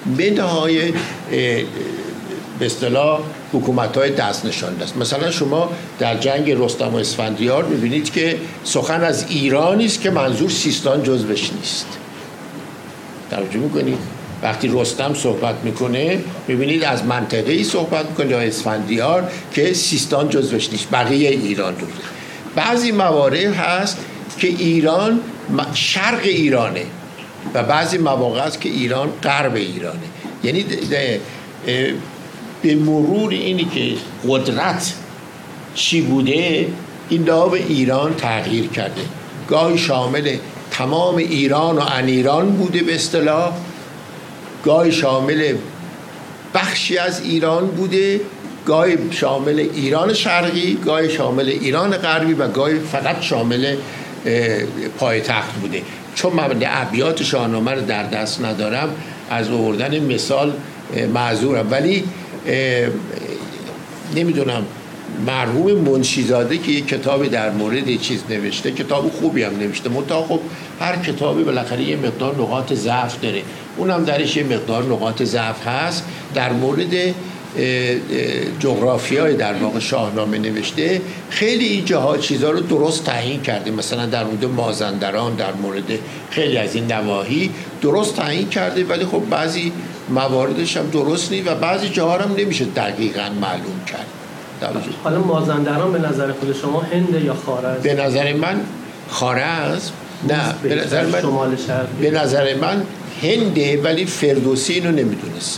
به اصطلاح حکومت‌های دست نشانده است. مثلا شما در جنگ رستم و اسفندیار می‌بینید که سخن از ایرانی است که منظور سیستان جزوش نیست. توجه می‌کنید؟ وقتی رستم صحبت میکنه میبینید از منطقه‌ای صحبت میکنه یا اسفندیار که سیستان جزوش نیست، بقیه ایران جزوه. بعضی موارد هست که ایران شرق ایرانه و بعضی مواقع هست که ایران غرب ایرانه. یعنی به مرور اینی که قدرت چی بوده این نام ایران تغییر کرده، گاهی شامل تمام ایران و انیران بوده به اصطلاح، گاهی شامل بخشی از ایران بوده، گاهی شامل ایران شرقی، گاهی شامل ایران غربی و گاهی فقط شامل پایتخت بوده. چون من ابیات شاهنامه رو در دست ندارم از آوردن مثال معذورم، ولی نمیدونم مرحوم منشیزاده که یک کتابی در مورد چیز نوشته، کتاب خوبی هم نوشته، منتها خب هر کتابی بالاخره یه مقدار نقاط ضعف داره، اونم درش یه مقدار نقاط ضعف هست. در مورد جغرافیای در واقع شاهنامه نوشته، خیلی این جاها چیزا رو درست تعیین کرده، مثلا در مورد مازندران، در مورد خیلی از این نواحی درست تعیین کرده، ولی خب بعضی مواردش هم درست نیست و بعضی جاها هم نمیشه دقیقاً معلوم کرد. حالا مازندران به نظر خود شما هند یا خوارزم؟ به نظر من خوارزم نه، به نظر من شمال شرقی. به نظر من هنده، ولی فردوسی اینو نمیدونسته.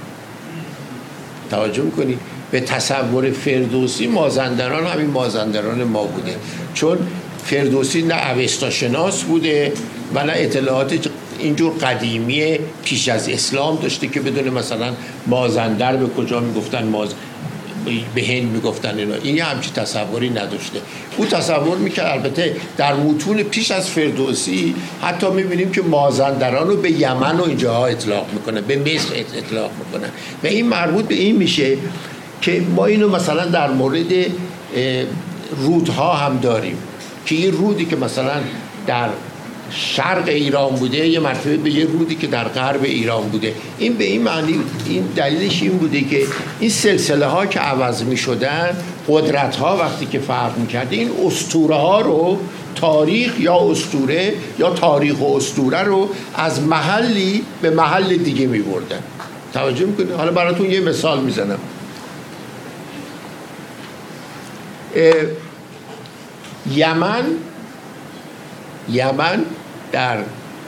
توجه میکنی؟ به تصور فردوسی مازندران همین مازندران ما بوده، چون فردوسی نه اوستا شناس بوده و نه اطلاعات اینجور قدیمی پیش از اسلام داشته که بدونه مثلا مازندر به کجا میگفتن، به هند میگفتن اینا. این همچین تصوری نداشته. او تصور میکرد، البته در متون پیش از فردوسی حتی میبینیم که مازندران رو به یمن و اینجاها اطلاق میکنن، به مصر اطلاق میکنن و این مربوط به این میشه که ما اینو مثلا در مورد رودها هم داریم که این رودی که مثلا در شرق ایران بوده یه مرتبه به یه رودی که در غرب ایران بوده. این به این معنی، این دلیلش این بوده که این سلسله ها که عوض می شدن، قدرت ها وقتی که فرق می کرده، این اسطوره ها رو تاریخ یا اسطوره یا تاریخ و اسطوره رو از محلی به محل دیگه می‌بردن. توجه می‌کنید؟ حالا براتون یه مثال میزنم. یمن در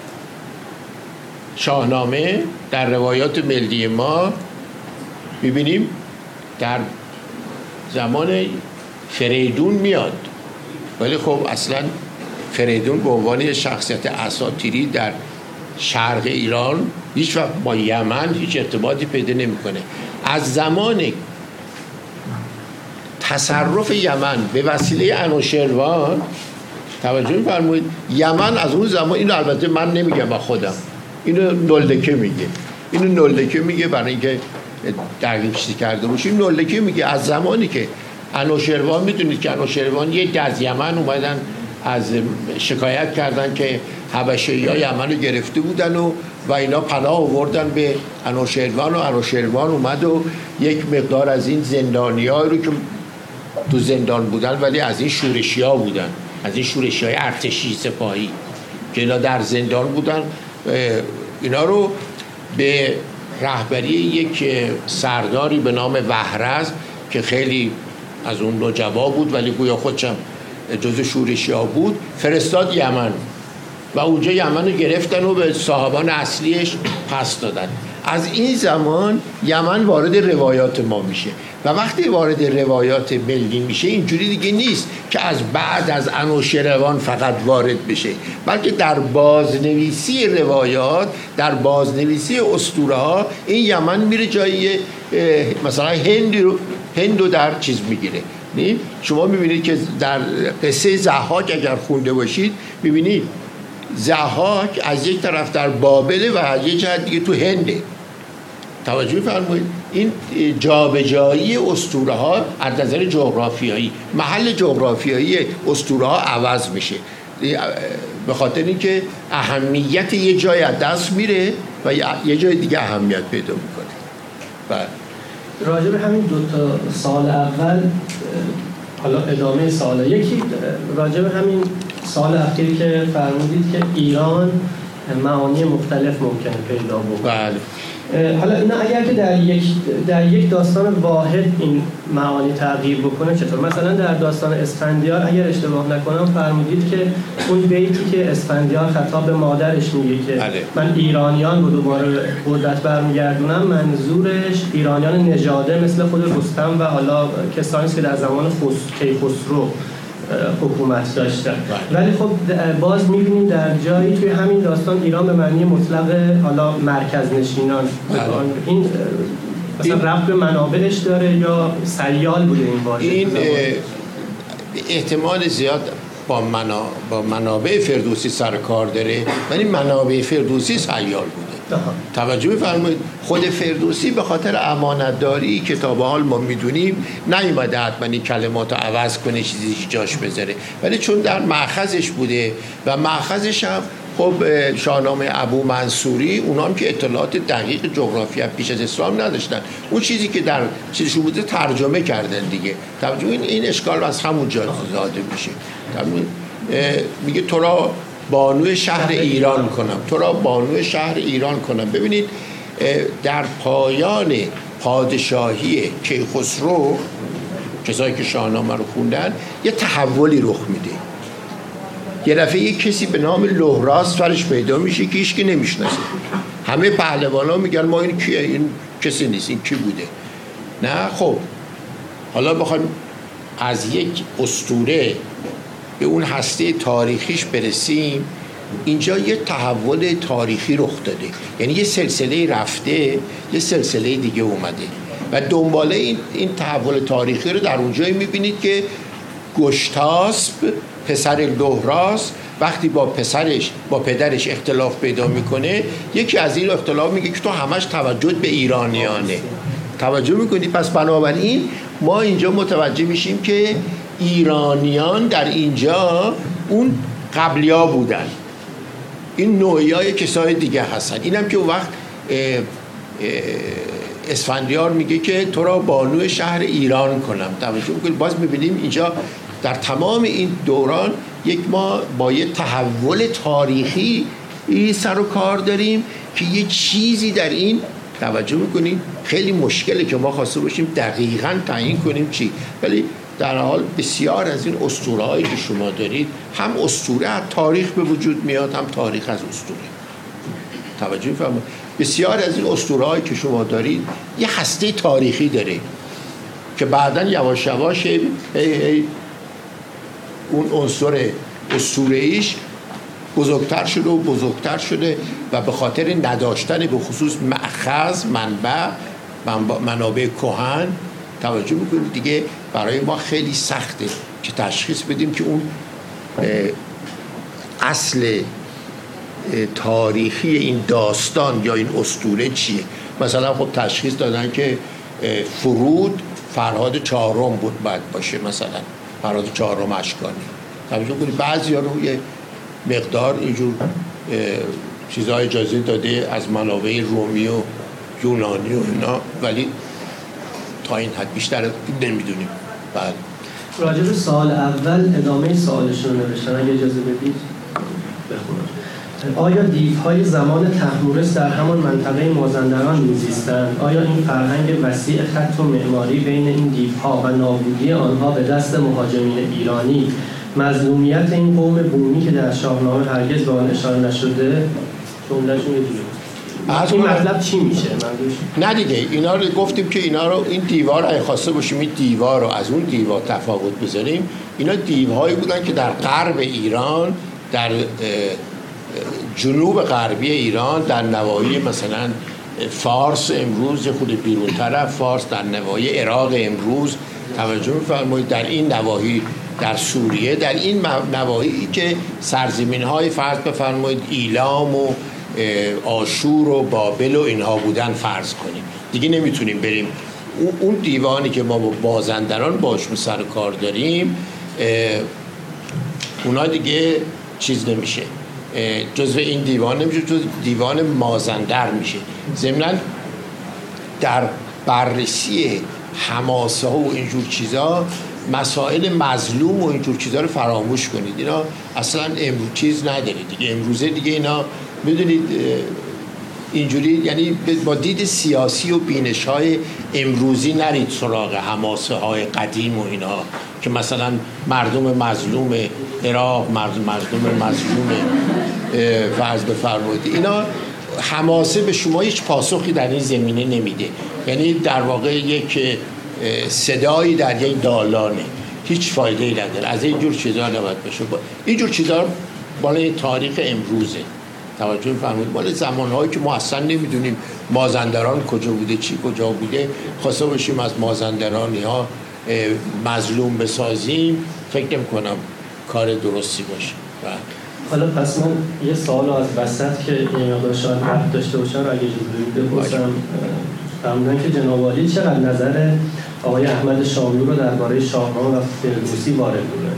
شاهنامه در روایات ملی ما می‌بینیم در زمان فریدون میاد، ولی خب اصلا فریدون به عنوان شخصیت اساطیری در شرق ایران هیچ وقت با یمن هیچ ارتباطی پیدا نمیکنه. از زمان تصرف یمن به وسیله انوشیروان، توجه می‌فرمایید، یمن از اون زمان، اینو البته من نمیگم با خودم، اینو نولدکه میگه برای اینکه دقیق چیزی کرده باشیم. نولدکه میگه از زمانی که انوشیروان، میدونید که انوشیروان یه از یمن اومدن از شکایت کردن که حبشه‌ای‌ها یمن رو گرفته بودن و اینا پناه آوردن به انوشیروان و انوشیروان اومد و یک مقدار از این زندانی‌ها رو که تو زندان بودن ولی از این شورشی‌ها بودن، از این شورشی‌های ارتشی سپاهی که اینا در زندان بودن، اینا رو به رهبری یک سرداری به نام وهرز که خیلی از اون نوجوا بود ولی گویا خودشم جزو شورشی‌ها بود، فرستاد یمن و اونجا یمن رو گرفتن و به صاحبان اصلیش پس دادن. از این زمان یمن وارد روایات ما میشه و وقتی وارد روایات ملی میشه اینجوری دیگه نیست که از بعد از انوشیروان فقط وارد بشه، بلکه در بازنویسی روایات، در بازنویسی اسطوره ها این یمن میره جایی مثلا هندو در چیز میگیره. شما میبینید که در قصه ضحاک اگر خونده باشید میبینید ضحاک از یک طرف در بابل و از یک جهت دیگه تو هنده. توجه می‌فرمایید؟ این جابجایی اسطوره ها از نظر جغرافیایی، محل جغرافیایی اسطوره ها عوض میشه به خاطر اینکه اهمیت یه جای از دست میره و یه جای دیگه اهمیت پیدا میکنه. بله. راجع به همین 2 سال اول، حالا ادامه سال، یکی راجع به همین سال اخیر که فرمودید که ایران معانی مختلف ممکنه پیدا بکنه. بله. حالا اینا اگر که در یک داستان واحد این معانی تغییر بکنه چطور؟ مثلا در داستان اسفندیار اگر اشتباه نکنم فرمودید که اون بیتی که اسفندیار خطاب به مادرش میگه که بله. من ایرانیان رو دوباره قدرت برمیگردونم، منظورش ایرانیان نژاده مثل خود رستم و حالا کسانی که در زمان کیخسرو حکومت داشتن. ولی خب باز می‌بینیم در جایی توی همین داستان ایران به معنی مطلق حالا مرکز نشینان. این مثلا ربط به منابعش داره یا سیال بوده این واژه؟ این احتمال زیاد با منابع فردوسی سر کار داره، ولی منابع فردوسی سیال بوده. توجه بفرمایید، خود فردوسی به خاطر امانتداری که تا به حال ما میدونیم نیومده حتما این کلمات رو عوض کنه، چیزی جاش بذاره، ولی چون در مأخذش بوده و مأخذش هم خب شاهنامه ابو منصوری، اونام که اطلاعات دقیق جغرافی پیش از اسلام نداشتن، اون چیزی که در چیزشون بوده ترجمه کردن دیگه. توجه این اشکال از همون جا زاده میشه. میگه تو را بانوی شهر ایران کنم، تو را بانوی شهر ایران کنم. ببینید در پایان پادشاهی کیخسرو، کسایی که شاهنامه رو خوندن، یه تحولی رخ میده. یه دفعه یک کسی به نام لهراس فرش پیدا میشه که هیچ کی نمیشناسه. همه پهلوانا میگن ما این کیه؟ این کسی نیست، این کی بوده؟ نه خب حالا بخوایم از یک اسطوره به اون هسته تاریخیش برسیم، اینجا یه تحول تاریخی رخ داده، یعنی یه سلسله رفته، یه سلسله دیگه اومده و دنباله این تحول تاریخی رو در اونجایی میبینید که گشتاسپ پسر لهراس وقتی با پدرش اختلاف پیدا میکنه، یکی از این اختلاف میگه که تو همش توجه به ایرانیانه. توجه میکنی؟ پس بنابراین ما اینجا متوجه میشیم که ایرانیان در اینجا اون قبلیا بودن، این نوعیای کسای دیگه هستن. اینم که اون وقت اسفندیار میگه که تو را بانوی شهر ایران کنم. توجه میکنید؟ باز میبینیم اینجا در تمام این دوران ما با یه تحول تاریخی سر و کار داریم که یه چیزی در این توجه میکنیم خیلی مشکله که ما خواسته باشیم دقیقاً تعیین کنیم چی. ولی در حال بسیار از این اسطوره‌هایی که شما دارید، هم اسطوره از تاریخ به وجود میاد، هم تاریخ از اسطوره. توجه می‌فرمایید؟ بسیار از این اسطوره‌هایی که شما دارید یه هسته تاریخی داره که بعداً یواش یواش اون عنصر اسطوره‌ایش بزرگتر شده و به خاطر نداشتن به خصوص مأخذ منابع کهن، توجه میکنید دیگه برای ما خیلی سخته که تشخیص بدیم که اون اصل تاریخی این داستان یا این اسطوره چیه. مثلا خب تشخیص دادن که فرود فرهاد چهارم بود باید باشه، مثلا فرهاد چهارم اشکانی. توجه کنید بعضیا رو یه مقدار اینجور چیزها اجازه داده از منابع رومی و یونانی و اینا، ولی تا این حد بیشتر نمیدونیم. بله. راجع به سال اول ادامه سوالشون رو نوشتن، اگه اجازه بدید بخونم. آیا دیوهای زمان طهمورث در همان منطقه مازندران میزیستند؟ آیا این فرهنگ وسیع خط و معماری بین این دیوها و نابودی آنها به دست مهاجمین ایرانی مظلومیت این قوم بومی که در شاهنامه هرگز به آن اشاره نشده؟ جمله‌شون یه جوری این مطلب چی میشه؟ نه دیگه اینا رو گفتیم که اینا رو، این دیوار اگه خواسته باشیم این دیوار رو از اون دیوار تفاوت بذاریم، اینا دیوهایی بودن که در غرب ایران، در جنوب غربی ایران، در نواحی مثلا فارس امروز خود بیرون طرف فارس، در نواحی عراق امروز، توجه می‌فرمایید در این نواحی، در سوریه، در این نواحی که سرزمین‌های فرض بفرمایید ایلام و آشور و بابل و اینها بودن فرض کنیم، دیگه نمیتونیم بریم اون دیوانی که ما با مازندران باش سر کار داریم، اونا دیگه چیز نمیشه، جزو این دیوان نمیشه، جزو دیوان مازندر میشه. ضمناً در بررسی حماسه ها و اینجور چیزا مسائل مظلوم و اینجور چیزا رو فراموش کنید، اینا اصلا امروز چیز نداره دیگه، امروزه دیگه اینا میدونید اینجوری، یعنی با دید سیاسی و بینش های امروزی نرید سراغ حماسه های قدیم و اینها که مثلا مردم مظلوم عراق، مردم مظلوم فرض بفرمایید، اینا حماسه به شما هیچ پاسخی در این زمینه نمیده، یعنی در واقع یک صدایی در یک دالانه، هیچ فایده‌ای نداره. از اینجور چیزا نباید بشه، اینجور چیزا بالای تاریخ امروزه، توجه فرمودید، مال زمانهایی که ما اصلا نمیدونیم مازندران کجا بوده، چی کجا بوده، خواسته باشیم از مازندرانی ها مظلوم بسازیم، فکر نمی‌کنم کار درستی باشه. حالا پس من یه سوال از وسط که این مقدار شاید ربط داشته باشن رو اگه جوری بپرسم، فرمودن که جناب عالی چقدر نظر آقای احمد شاملو رو درباره شاهنامه و فردوسی وارد بودن؟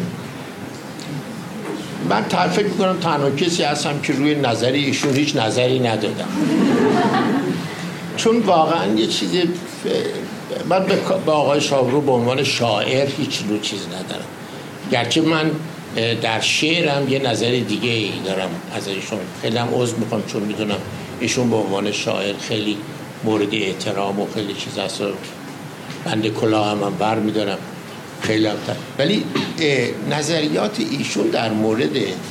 من فکر می‌کنم تنها کسی هستم که روی نظری ایشون هیچ نظری ندادم، چون واقعا یه چیزی، من به آقای شاملو به عنوان شاعر هیچ چیز ندارم، گرچه من در شعرم یه نظر دیگه ای دارم از ایشون، خیلی هم عذر میخوام چون میدونم ایشون به عنوان شاعر خیلی مورد احترام و خیلی چیز هست، بنده کلاه هم بر میدارم خیلی هم ولی نظریات ایشون در مورد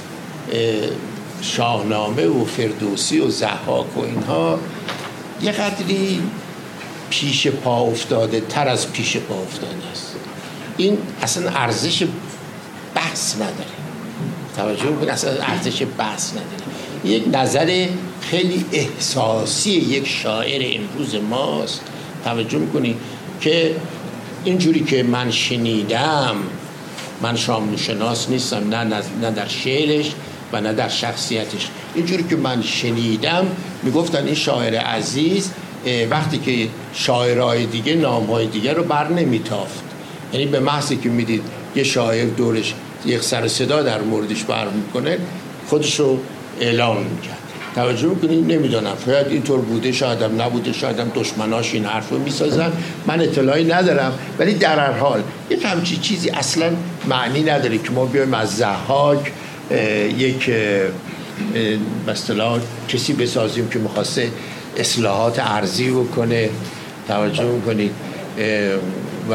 شاهنامه و فردوسی و ضحاک و اینها یه قدری پیش پا افتاده تر از پیش پا افتاده است، این اصلا ارزش بحث نداره، توجه میکنید، اصلا ارزش بحث نداره، یک نظر خیلی احساسی یک شاعر امروز ماست، توجه میکنید که اینجوری که من شنیدم، من شاملو شناس نیستم، نه در شعرش و نه در شخصیتش، اینجوری که من شنیدم میگفتن این شاعر عزیز وقتی که شاعرای دیگه نامهای دیگه رو بر نمیتافت، یعنی به محضی که میدید یه شاعر دورش یک سر صدا در موردش بر میکنه خودش رو اعلام میکرد، توجه میکنید؟ نمیدونم، شاید اینطور بوده، شایدم نبوده، شایدم دشمناش این حرف رو میسازن، من اطلاعی ندارم. ولی در هر حال یک همچی چیزی اصلا معنی نداره که ما بیایم از ضحاک یک به اصطلاح کسی بسازیم که میخواسته اصلاحات ارضی بکنه. توجه میکنید؟ و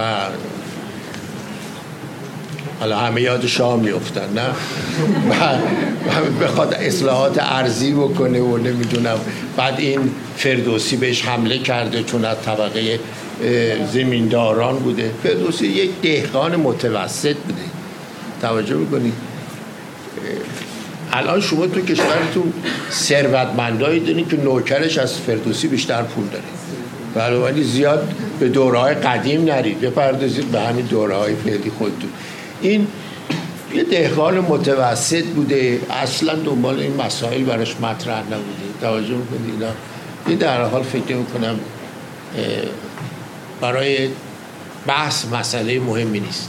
حالا همه یاد شاه میافتن، نه؟ بخواد اصلاحات ارضی بکنه و نمیدونم بعد این فردوسی بهش حمله کرده چون از طبقه زمینداران بوده. فردوسی یک دهقان متوسط بوده. توجه میکنید؟ الان شما تو کشورتون ثروتمندایی دارین که نوکرش از فردوسی بیشتر پول داره، ولی زیاد به دوره‌های قدیم نرید، بپردازید به همین دوره‌های فعلی خودتون. این یه دهقان متوسط بوده، اصلا دنبال این مسائل براش مطرح نبوده. توجه میکنید؟ این در حال فکر میکنم برای بحث مسئله مهمی نیست.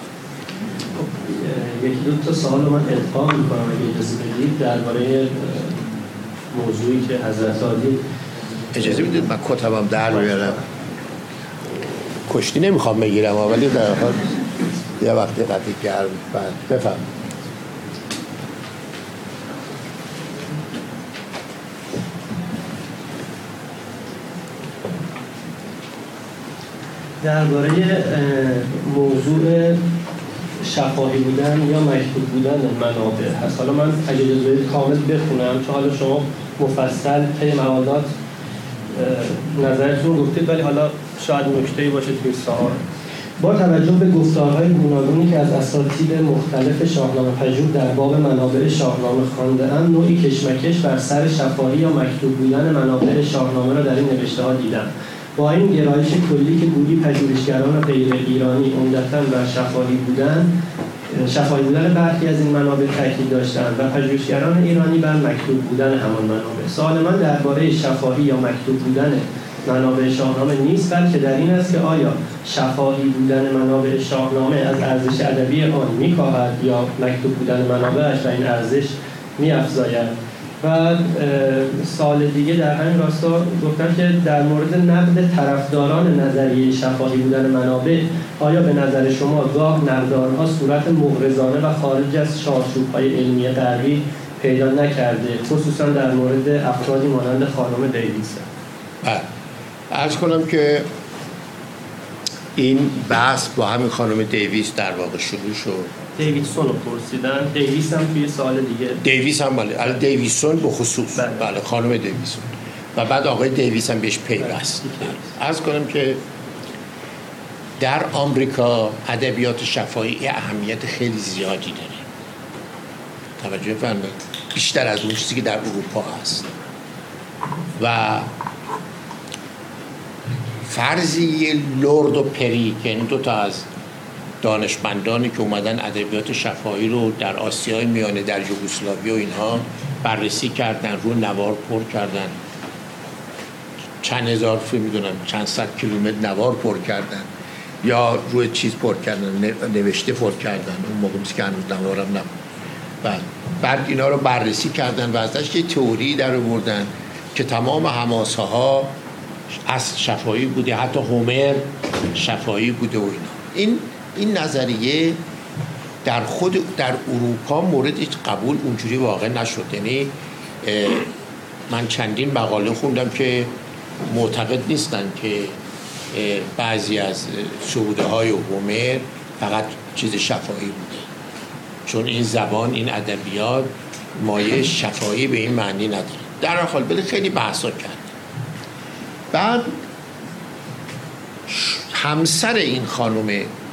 یکی دو تا سوال من القا میکنم اگه اجازه بدید درباره موضوعی که حضرت عالی. اجازه بدید من کتابم در بیارم. کشتی نمیخوام بگیرم ولی در حال یه وقتی قطعی گرم بفهم. درباره موضوع شفاهی بودن یا مکتوب بودن منابع هست. حالا من اگه اجازه بدید کامل بخونم چون حالا شما مفصل طی موادات نظرتون گفتید، ولی حالا شاید نکته‌ای باشه توی سوال. با توجه به گفتارهای گوناگونی که از اساتید مختلف شاهنامه پژوه در باب منابع شاهنامه خوانده‌ام، نوعی کشمکش بر سر شفاهی یا مکتوب بودن منابع شاهنامه را در این نوشته‌ها دیدم. با این گرایش کلی که گویی پژوهشگران غیر ایرانی عمدتاً بر شفاهی بودن برخی از این منابع تاکید داشتند و پژوهشگران ایرانی بر مکتوب بودن همان منابع. سوال من درباره شفاهی یا مکتوب بودن منابع شاهنامه نیست، بلکه در این است که آیا شفاهی بودن منابع شاهنامه از ارزش ادبی آن می‌کاهد یا مکتوب بودن منابعش و این ارزش می‌افزاید؟ و سال دیگه در همین راستا گفتن که در مورد نقد طرفداران نظریه شفاهی بودن منابع، آیا به نظر شما گاه نقدارها صورت مغرضانه و خارج از چارچوب‌های علمی غربی پیدا نکرده، خصوصا در مورد افرادی مانند خانم دیویس؟ عرض کنم که این بحث با همین خانم دیویس در واقع شروع شد. دیویسون رو پرسیدن، دیویس هم توی سال دیگه. دیویس هم بله، دیویسون به خصوص بله خانم دیویسون و بعد آقای دیویس هم بهش پیوست. عرض کنم که در آمریکا ادبیات شفاهی اهمیت خیلی زیادی داره. توجه فرمایید، بیشتر از اون چیزی که در اروپا هست. و فرضیه لورد و پری که این دوتا از دانشمندانی که اومدن ادبیات شفاهی رو در آسیای میانه، در یوگسلاوی و اینها بررسی کردن، رو نوار پر کردن، چند هزار چند صد کیلومتر نوار پر کردن یا روی چیز پر کردن، نوشته پر کردن. اون موقع که هنوز نوارم نبود. بعد اینا رو بررسی کردن و ازش یه تئوری در آوردن که تمام حماسه‌ها از شفاهی بوده، حتی هومر شفاهی بوده و اینا. این نظریه در اروپا مورد هیچ قبول اونجوری واقع نشد. یعنی من چندین مقاله خوندم که معتقد نیستن که بعضی از سروده های هومر فقط چیز شفاهی بوده، چون این زبان، این ادبیات مایه شفاهی به این معنی نداره. در هر حال بله خیلی بحثا کرد. بعد همسر این خانم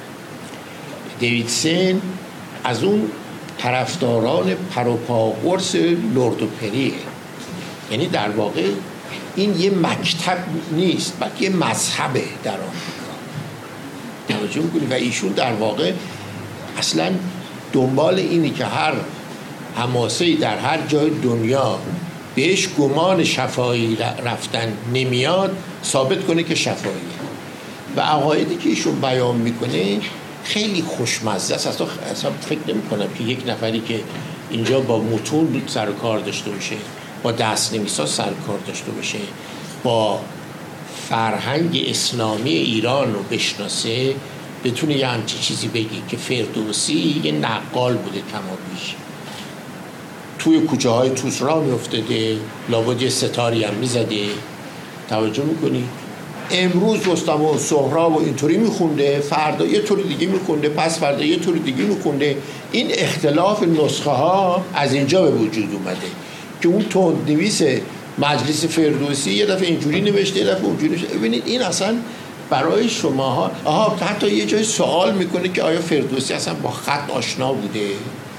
دیویدسن از اون طرفداران پروپاگورس لورد و پریه. یعنی در واقع این یه مکتب نیست بلکه یه مذهبه در آمریکا. توجه می‌کنی؟ و ایشون در واقع اصلا دنبال اینی که هر حماسه‌ای در هر جای دنیا بهش گمان شفاهی رفتن نمیاد ثابت کنه که شفاهیه. و عقایدی که ایشون بیان میکنه خیلی خوشمزه است. اصلا فکر نمی کنم که یک نفری که اینجا با متون سر و کار داشته باشه با دست‌نویسا سرکار داشته باشه، با فرهنگ اسلامی ایران رو بشناسه، بتونه یه همچی چیزی بگی که فردوسی یه نقال بوده کمابیش، توی کوچه های توس راه میافتاده، لابد یه ستاری هم میزده. توجه میکنی؟ امروز رستم و سهراب و اینطوری میخونده، فردا یه طوری دیگه میخونده، پس فردا یه طوری دیگه میخونده. این اختلاف نسخه ها از اینجا به وجود اومده که اون تندنویس مجلس فردوسی یه دفعه اینجوری نوشته، یه دفعه اونجوری نوشته. ببینید این اصلا برای شماها حتی یه جای سوال میکنه که آیا فردوسی اصلا با خط آشنا بوده؟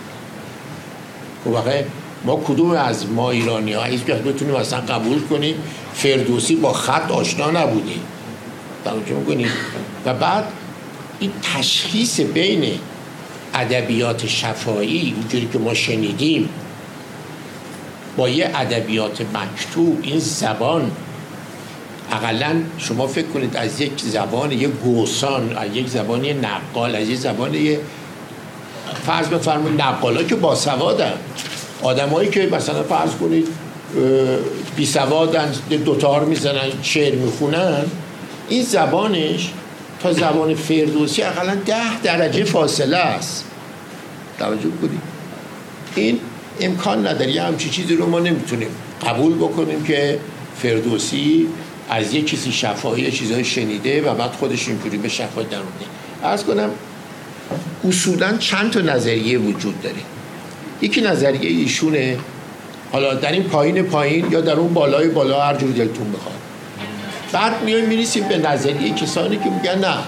واقعا ما کدوم از ما ایرانی ها هیچ وقت بتونیم اصلا قبول کنیم فردوسی با خط آشنا نبوده؟ توجه میکنیم؟ و بعد این تشخیص بین ادبیات شفاهی اونجوری که ما شنیدیم با یه ادبیات مکتوب، این زبان اقلا شما فکر کنید از یک زبان یه گوسان، از یک زبان یه نقال، از یک زبان یه فرض بفرمایید نقالا که باسوادن، آدمایی که مثلا فرض کنید بی سوادن، دوتار میزنن، شعر میخونن، این زبانش تا زبان فردوسی اقلا 10 درجه فاصله است. توجه کنید این امکان نداره، یه همچی چیزی رو ما نمیتونیم قبول بکنیم که فردوسی از یه کسی شفاهی چیزهای شنیده و بعد خودش اینجوری به شفاهی درونده. عرض کنم اصولاً چند تا نظریه وجود داره. یکی نظریه ایشونه، حالا در این پایین یا در اون بالا هر جور دلتون بخواد. بعد می‌رسیم به نظریه کسانی که میگن نه،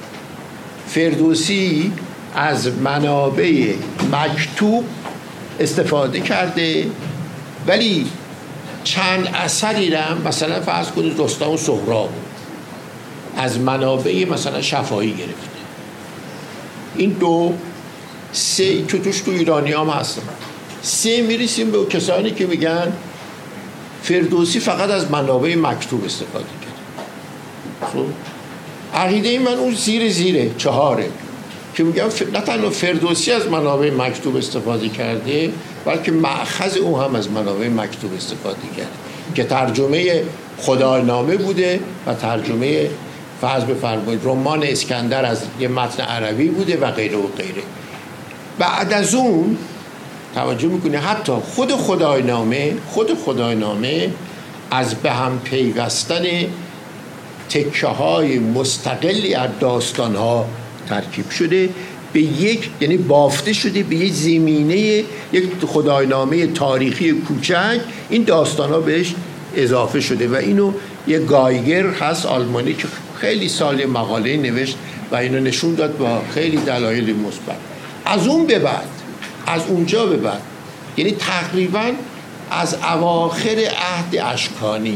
فردوسی از منابع مکتوب استفاده کرده ولی چند اثری را مثلا فرض کنید رستم و سهراب از منابع مثلا شفاهی گرفته. این 2 3 که توش تو ایرانی هم هستن. 3 میرسیم به کسانی که میگن فردوسی فقط از منابع مکتوب استفاده کرد. خب عقیده من اون زیر 4 که میگم نه تنها فردوسی از منابع مکتوب استفاده کرده بلکه مأخذ او هم از منابع مکتوب استفاده کرده که ترجمه خدانامه بوده و ترجمه فرض بفرمایید رمان اسکندر از یه متن عربی بوده و غیره و غیره. بعد از اون توجه میکنه حتی خود خدانامه از به هم پیوستن تکه های مستقلی از داستان ها ترکیب شده به یک، یعنی بافته شده به یک زمینه، یک خدانامه تاریخی کوچک، این داستان ها بهش اضافه شده و اینو یه گایگر هست آلمانی که خیلی سال مقاله نوشت و اینو نشون داد با خیلی دلایل مثبت. از اونجا به بعد یعنی تقریبا از اواخر عهد اشکانی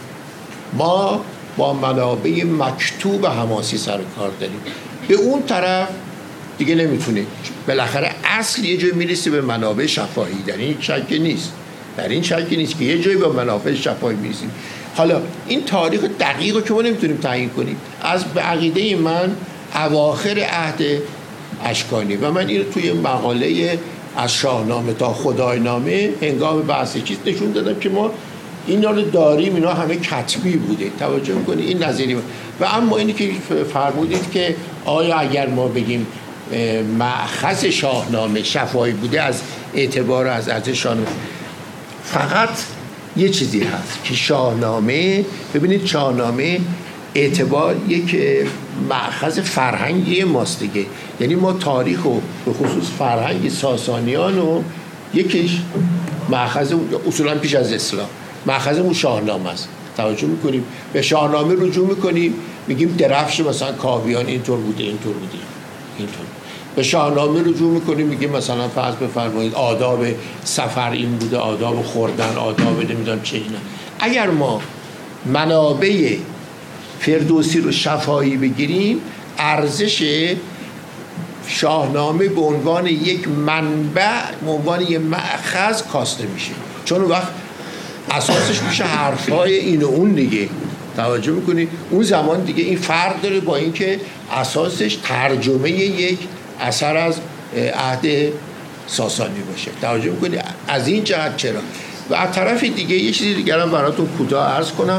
ما با منابع مکتوب حماسی سر کار داریم. به اون طرف دیگه نمیتونه، بالاخره اصل یه جای میرسه به منابع شفاهی، در این شکی نیست که یه جایی به منابع شفاهی میرسیم. حالا این تاریخ دقیق رو که ما نمیتونیم تعیین کنیم، از به عقیده من اواخر عهد اشکانی و من این توی مقاله از شاهنامه تا خداینامه هنگام بحث چیز نشون دادم که ما اینا رو داریم، اینا همه کتبی بوده. توجه میکنی این نظریه. و اما اینی که فرمودید که آیا اگر ما بگیم مأخذ شاهنامه شفاهی بوده از اعتبار از ارزش شاهنامه، فقط یه چیزی هست که شاهنامه، ببینید شاهنامه اعتبار یک مأخذ فرهنگی ماست دیگه، یعنی ما تاریخ و به خصوص فرهنگ ساسانیان و یکیش مأخذ اصولا پیش از اسلام مأخذمون شاهنامه است. توجه میکنیم به شاهنامه رجوع میکنیم، میگیم درفش مثلا کاویان اینطور بوده اینطور. به شاهنامه رجوع میکنیم میگیم مثلا فرض بفرمایید آداب سفر این بوده، آداب خوردن، آداب نمیدونم چه اینا. اگر ما منابع فردوسی رو شفاهی بگیریم، ارزش شاهنامه به عنوان یک منبع، به عنوان یک مأخذ کاسته میشه، چون اون وقت اساسش میشه حرفای این و اون دیگه. توجه میکنی اون زمان دیگه این فرق داره با اینکه اساسش ترجمه یک اثر از عهد ساسانی باشه. توجه میکنی از این جهت چرا و از طرف دیگه یه چیزی دیگه هم براتون کوتاه عرض کنم.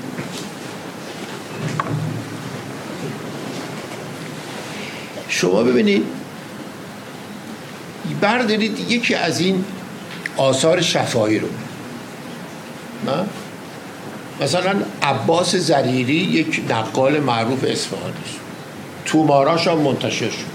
شما ببینید بردارید یکی از این آثار شفاهی رو، نه؟ مثلا عباس زریری یک نقال معروف اصفهانی است، توماراش هم منتشر شد.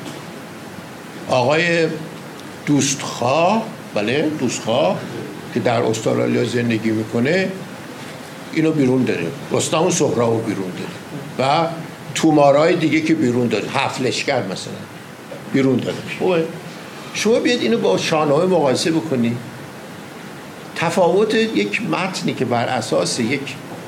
آقای دوستخواه، بله دوستخواه که در استرالیا زندگی میکنه اینو بیرون داره، رستم و سهراب بیرون داره و تومارای دیگه که بیرون داره، هفت لشکر مثلا بیرون داره. شما بیاد اینو با شاهنامه مقایسه بکنی، تفاوت یک متنی که بر اساس یک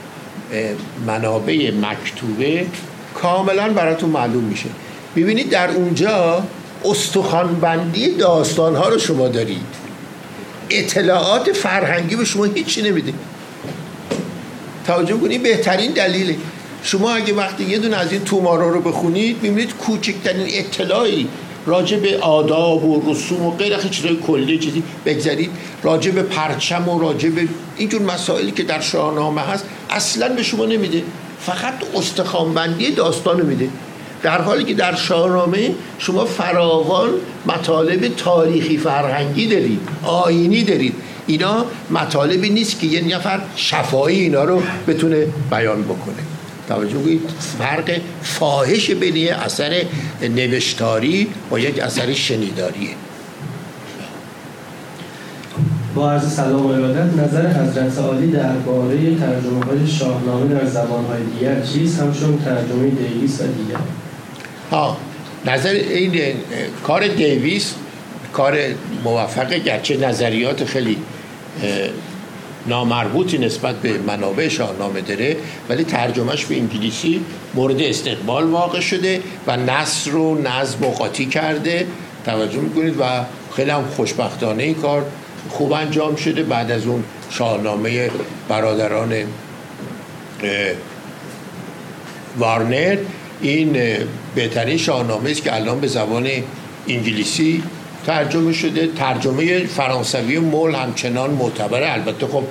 منابع مکتوبه کاملا براتون معلوم میشه. ببینید در اونجا استخوان‌بندی داستان‌ها رو شما دارید، اطلاعات فرهنگی به شما هیچی نمیده. توجه کنید، بهترین دلیله شما اگه وقتی یه دونه از این تومارا رو بخونید میبینید کوچکترین اطلاعی راجع به آداب و رسوم و غیره چیزای کلی چیزی بگذارید، راجع به پرچم و راجع به اینجور مسائلی که در شاهنامه هست اصلا به شما نمیده، فقط استخوان‌بندی داستان رو میده. در حالی که در شاهنامه شما فراوان مطالب تاریخی فرهنگی دارید، آیینی دارید. اینا مطالبی نیست که یه نفر شفاهی اینا رو بتونه بیان بکنه. توجه کنید، فرق فاحش بین اثر نوشتاری با یک اثر شنیداریه. با عرض سلام و ارادت، نظر حضرت عالی درباره ترجمه‌های شاهنامه در زبان‌های دیگر چیست، همچون ترجمه دیویس و دیگر؟ نظر این کار دیویس کار موفقه، گرچه نظریات خیلی نامربوطی نسبت به منابع شاهنامه داره، ولی ترجمهش به انگلیسی مورد استقبال واقع شده و نثر و نظم و قاطی کرده. توجه میکنید و خیلی هم خوشبختانه این کار خوب انجام شده. بعد از اون شاهنامه برادران وارنر، این بهترین شاهنامه است که الان به زبان انگلیسی ترجمه شده. ترجمه فرانسوی مول همچنان معتبره، البته خب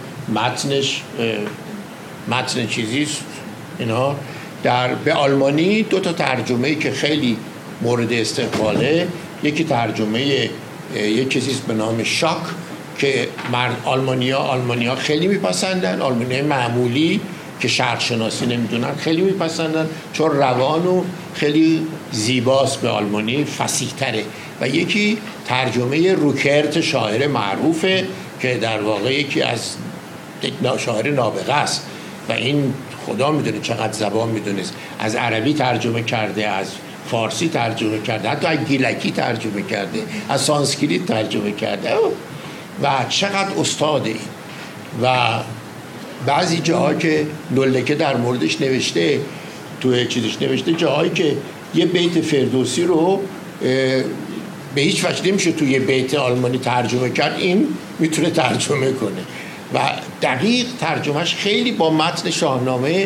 متن چیزیست اینا. به آلمانی دو تا ترجمه‌ای که خیلی مورد استقباله، یکی ترجمه یک چیزیست به نام شاک که آلمانیا خیلی میپسندن، آلمانیای معمولی که شرق شناسی نمیدونن خیلی میپسندن چون روان و خیلی زیباست، به آلمانی فصیح تره. و یکی ترجمه روکرت شاعر معروفه که در واقع یکی از شاعر نابغه است و این خدا میدونه چقدر زبان میدونست، از عربی ترجمه کرده، از فارسی ترجمه کرده، حتی از گیلکی ترجمه کرده، از سانسکریت ترجمه کرده و چقدر استاده. و بعضی جاها که نولکه در موردش نوشته، توی چیزش نوشته جاهایی که یه بیت فردوسی رو به هیچ وجه نمیشه توی یه بیت آلمانی ترجمه کرد، این میتونه ترجمه کنه و دقیق ترجمهش خیلی با متن شاهنامه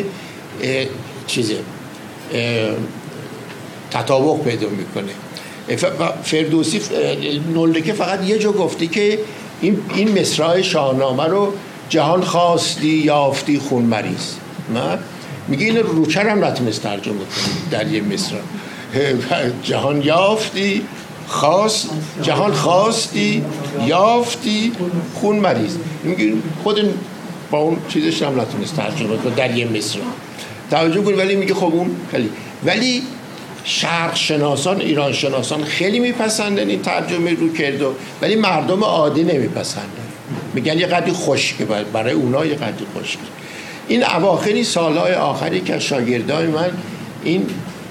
تطابق پیدا میکنه. فردوسی نولکه فقط یه جا گفتی که این مصرع شاهنامه رو جهان خواستی یافتی خون مریض، نه میگه این روچر هم نتونست ترجمه کنه در یه مصرع. جهان یافتی جهان خواستی یافتی خون مریض، میگه خود با اون چیزش هم نتونست ترجمه کنه در یه مصرع. توجه کنید، ولی میگه خب اون خیلی، ولی شرق شناسان، ایران شناسان خیلی میپسندن این ترجمه رو کردو، ولی مردم عادی نمیپسندن، میگن یه قدری خشکه، برای اونا یه قدری خشکه. این اواخری سالهای آخری که شاگردای من این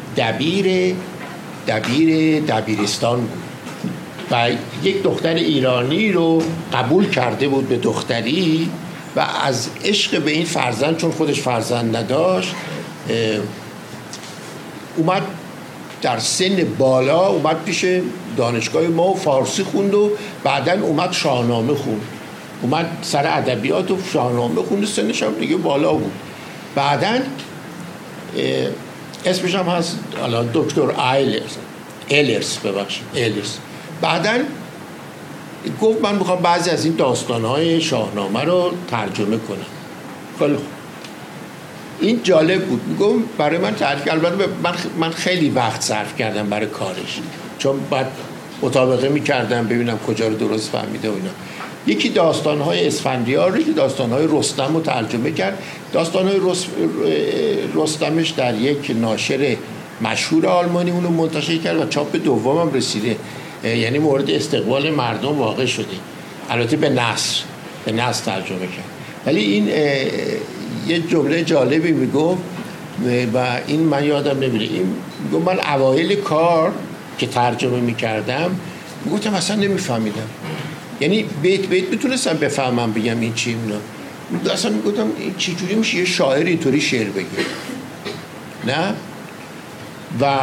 دبیرستان بود و یک دختر ایرانی رو قبول کرده بود به دختری و از عشق به این فرزند، چون خودش فرزند نداشت، اومد در سن بالا اومد پیش دانشگاه ما و فارسی خوند و بعداً اومد شاهنامه خوند، اومد سر ادبیات و شاهنامه خوند، سنش هم دیگه بالا بود. بعداً اسمش هم هست دکتر ایلرز. بعداً گفت من میخوام بعضی از این داستانهای شاهنامه رو ترجمه کنم. خیلی خوب، این جالب بود. میگم برای من تعریف، البته من خیلی وقت صرف کردم برای کارش، چون بعد مطابقه میکردم ببینم کجا رو درست فهمیده و اینا. یکی داستانهای اسفندیار رو، یکی داستانهای رستم رو ترجمه کرد. داستانهای رستمش در یک ناشر مشهور آلمانی اونو منتشر کرد و چاپ دومم رسیده، یعنی مورد استقبال مردم واقع شده. البته به نثر ترجمه کرد. ولی این یه جمله جالبی میگفت و این من یادم نمیره. این میگفت من اوایل کار که ترجمه میکردم میگفتم اصلا نمیفهمیدم، یعنی بیت میتونستم بفهمم بگم این چی اینا، اصلا میگفتم این چی جوری میشه یه شاعر اینطوری شعر بگه، نه؟ و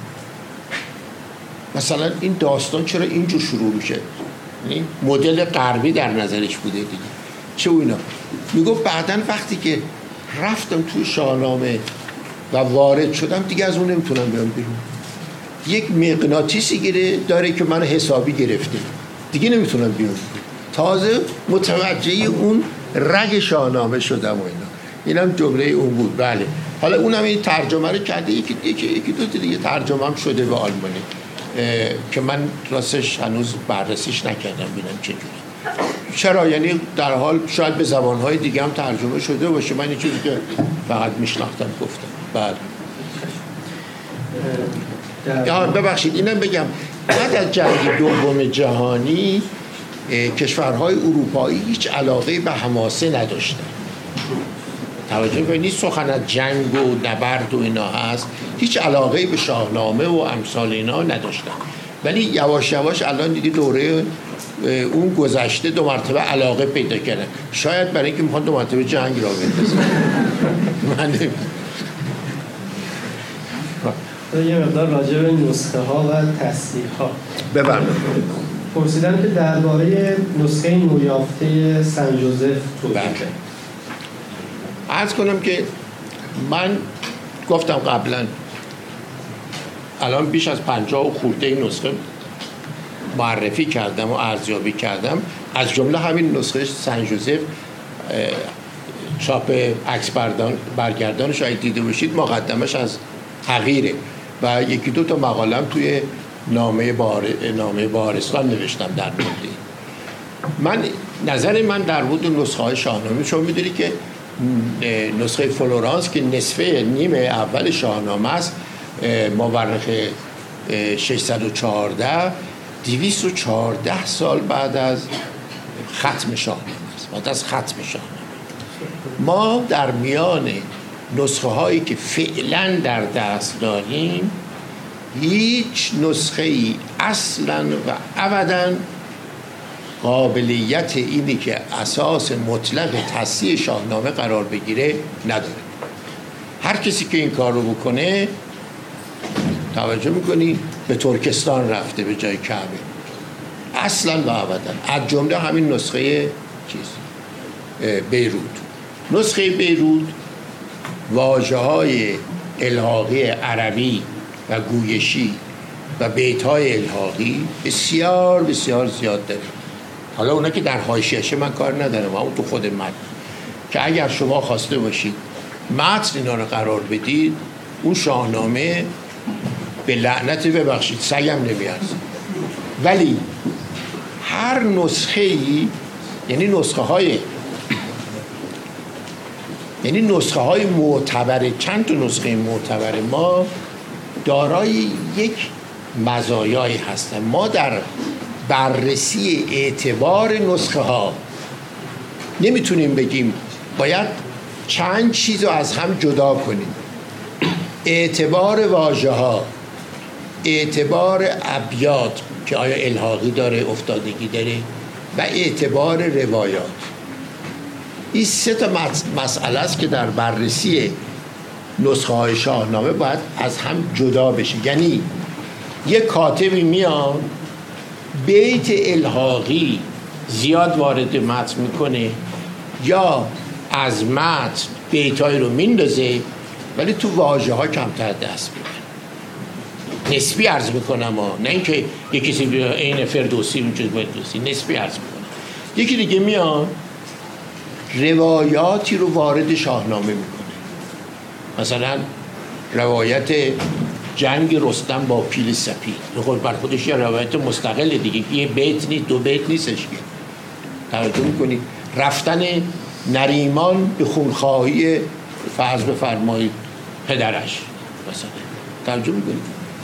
مثلا این داستان چرا اینجور شروع میشه، یعنی مدل غربی در نظرش بوده دیگه، چه اینا. میگفت بعدن وقتی که رفتم توی شاهنامه و وارد شدم دیگه از اون نمیتونم بیام بیرون. یک مغناطیسی داره که من حسابی گرفته، دیگه نمیتونم بیام. تازه متوجه اون رگ شاهنامه شدم و اینا. اینم جمله اون بود. بله، حالا اونم این ترجمه رو کرده، یکی دو دیگه ترجمه هم شده به آلمانی که من راستش هنوز بررسیش نکردم ببینم چجوری. چرا؟ یعنی در حال شاید به زبانهای دیگه هم ترجمه شده باشه، من این چیزی که فقط میشناختم گفتم. بله. ببخشید اینم بگم، بعد از جنگ دوم جهانی کشورهای اروپایی هیچ علاقه به حماسه نداشتن. توجه کنید، سخن از جنگ و نبرد و اینا هست، هیچ علاقه به شاهنامه و امثال اینا نداشتن. ولی یواش یواش الان دیگه دوره اون گذشته 2 مرتبه علاقه پیدا کردن، شاید برای اینکه میخوان 2 مرتبه جنگ را بندازن. من یه مقدار راجع به نسخه ها و تصحیح ها ببرم. پرسیدن که درباره نسخه نویافته سن جوزف توضیح بده. عرض کنم که من گفتم قبلا الان بیش از 50 و خورده نسخه معرفی کردم و ارزیابی کردم، از جمله همین نسخه سن جوزف چاپ عکس برگردان شاید دیده باشید، مقدمش از حقیره و 1-2 مقالم توی نامه بهارستان نوشتم در مورد. نظر من در مورد نسخه های شاهنامه، شما میدونی که نسخه فلورانس که نصفه نیمه اول شاهنامه است، مورخ 614 214 سال بعد از ختم شاهنامه است. بعد از ختم شاهنامه ما در میان نسخه هایی که فعلا در دست داریم هیچ نسخه ای اصلا و ابدا قابلیت اینی که اساس مطلق تصحیح شاهنامه قرار بگیره نداره. هر کسی که این کار رو بکنه، توجه میکنی، به ترکستان رفته به جای کعبه، اصلا و ابدا. از جمله همین نسخه بیروت. نسخه بیروت واژه‌های الحاقی عربی و گویشی و بیت‌های الحاقی بسیار بسیار زیاد داره. حالا اونا که در حاشیه‌اشه من کار ندارم، اون تو خود متن که اگر شما خواسته باشید متن اینا رو قرار بدید، اون شاهنامه به لعنت ببخشید سگم نمیارزه. ولی هر نسخه‌ای، یعنی نسخه های معتبر، چند تا نسخه معتبر ما دارای یک مزایایی هستن. ما در بررسی اعتبار نسخه ها نمیتونیم بگیم باید چند چیز رو از هم جدا کنیم: اعتبار واژه ها، اعتبار ابیات که آیا الحاقی داره، افتادگی داره، و اعتبار روایات. این 3 تا مسئله است که در بررسی نسخه های شاهنامه باید از هم جدا بشه. یعنی یک کاتبی میاد بیت الحاقی زیاد وارد متن میکنه یا از متن بیتای رو میندازه ولی تو واژه ها کمتر دست میبره. نسبی عرض میکنم نه اینکه یکی کسی بیا عین فردوسی اونجا فردوسی، نسبی عرض میکنم. یکی دیگه میاد روایاتی رو وارد شاهنامه میکنه، مثلا روایت جنگ رستم با پیل سپید، خود بر خودش یه روایت مستقل دیگه، یه بیت نیست، دو بیت نیستش که. توجه میکنید رفتن نریمان به خونخواهی فرض بفرمایید پدرش مثلا، توجه میکنید.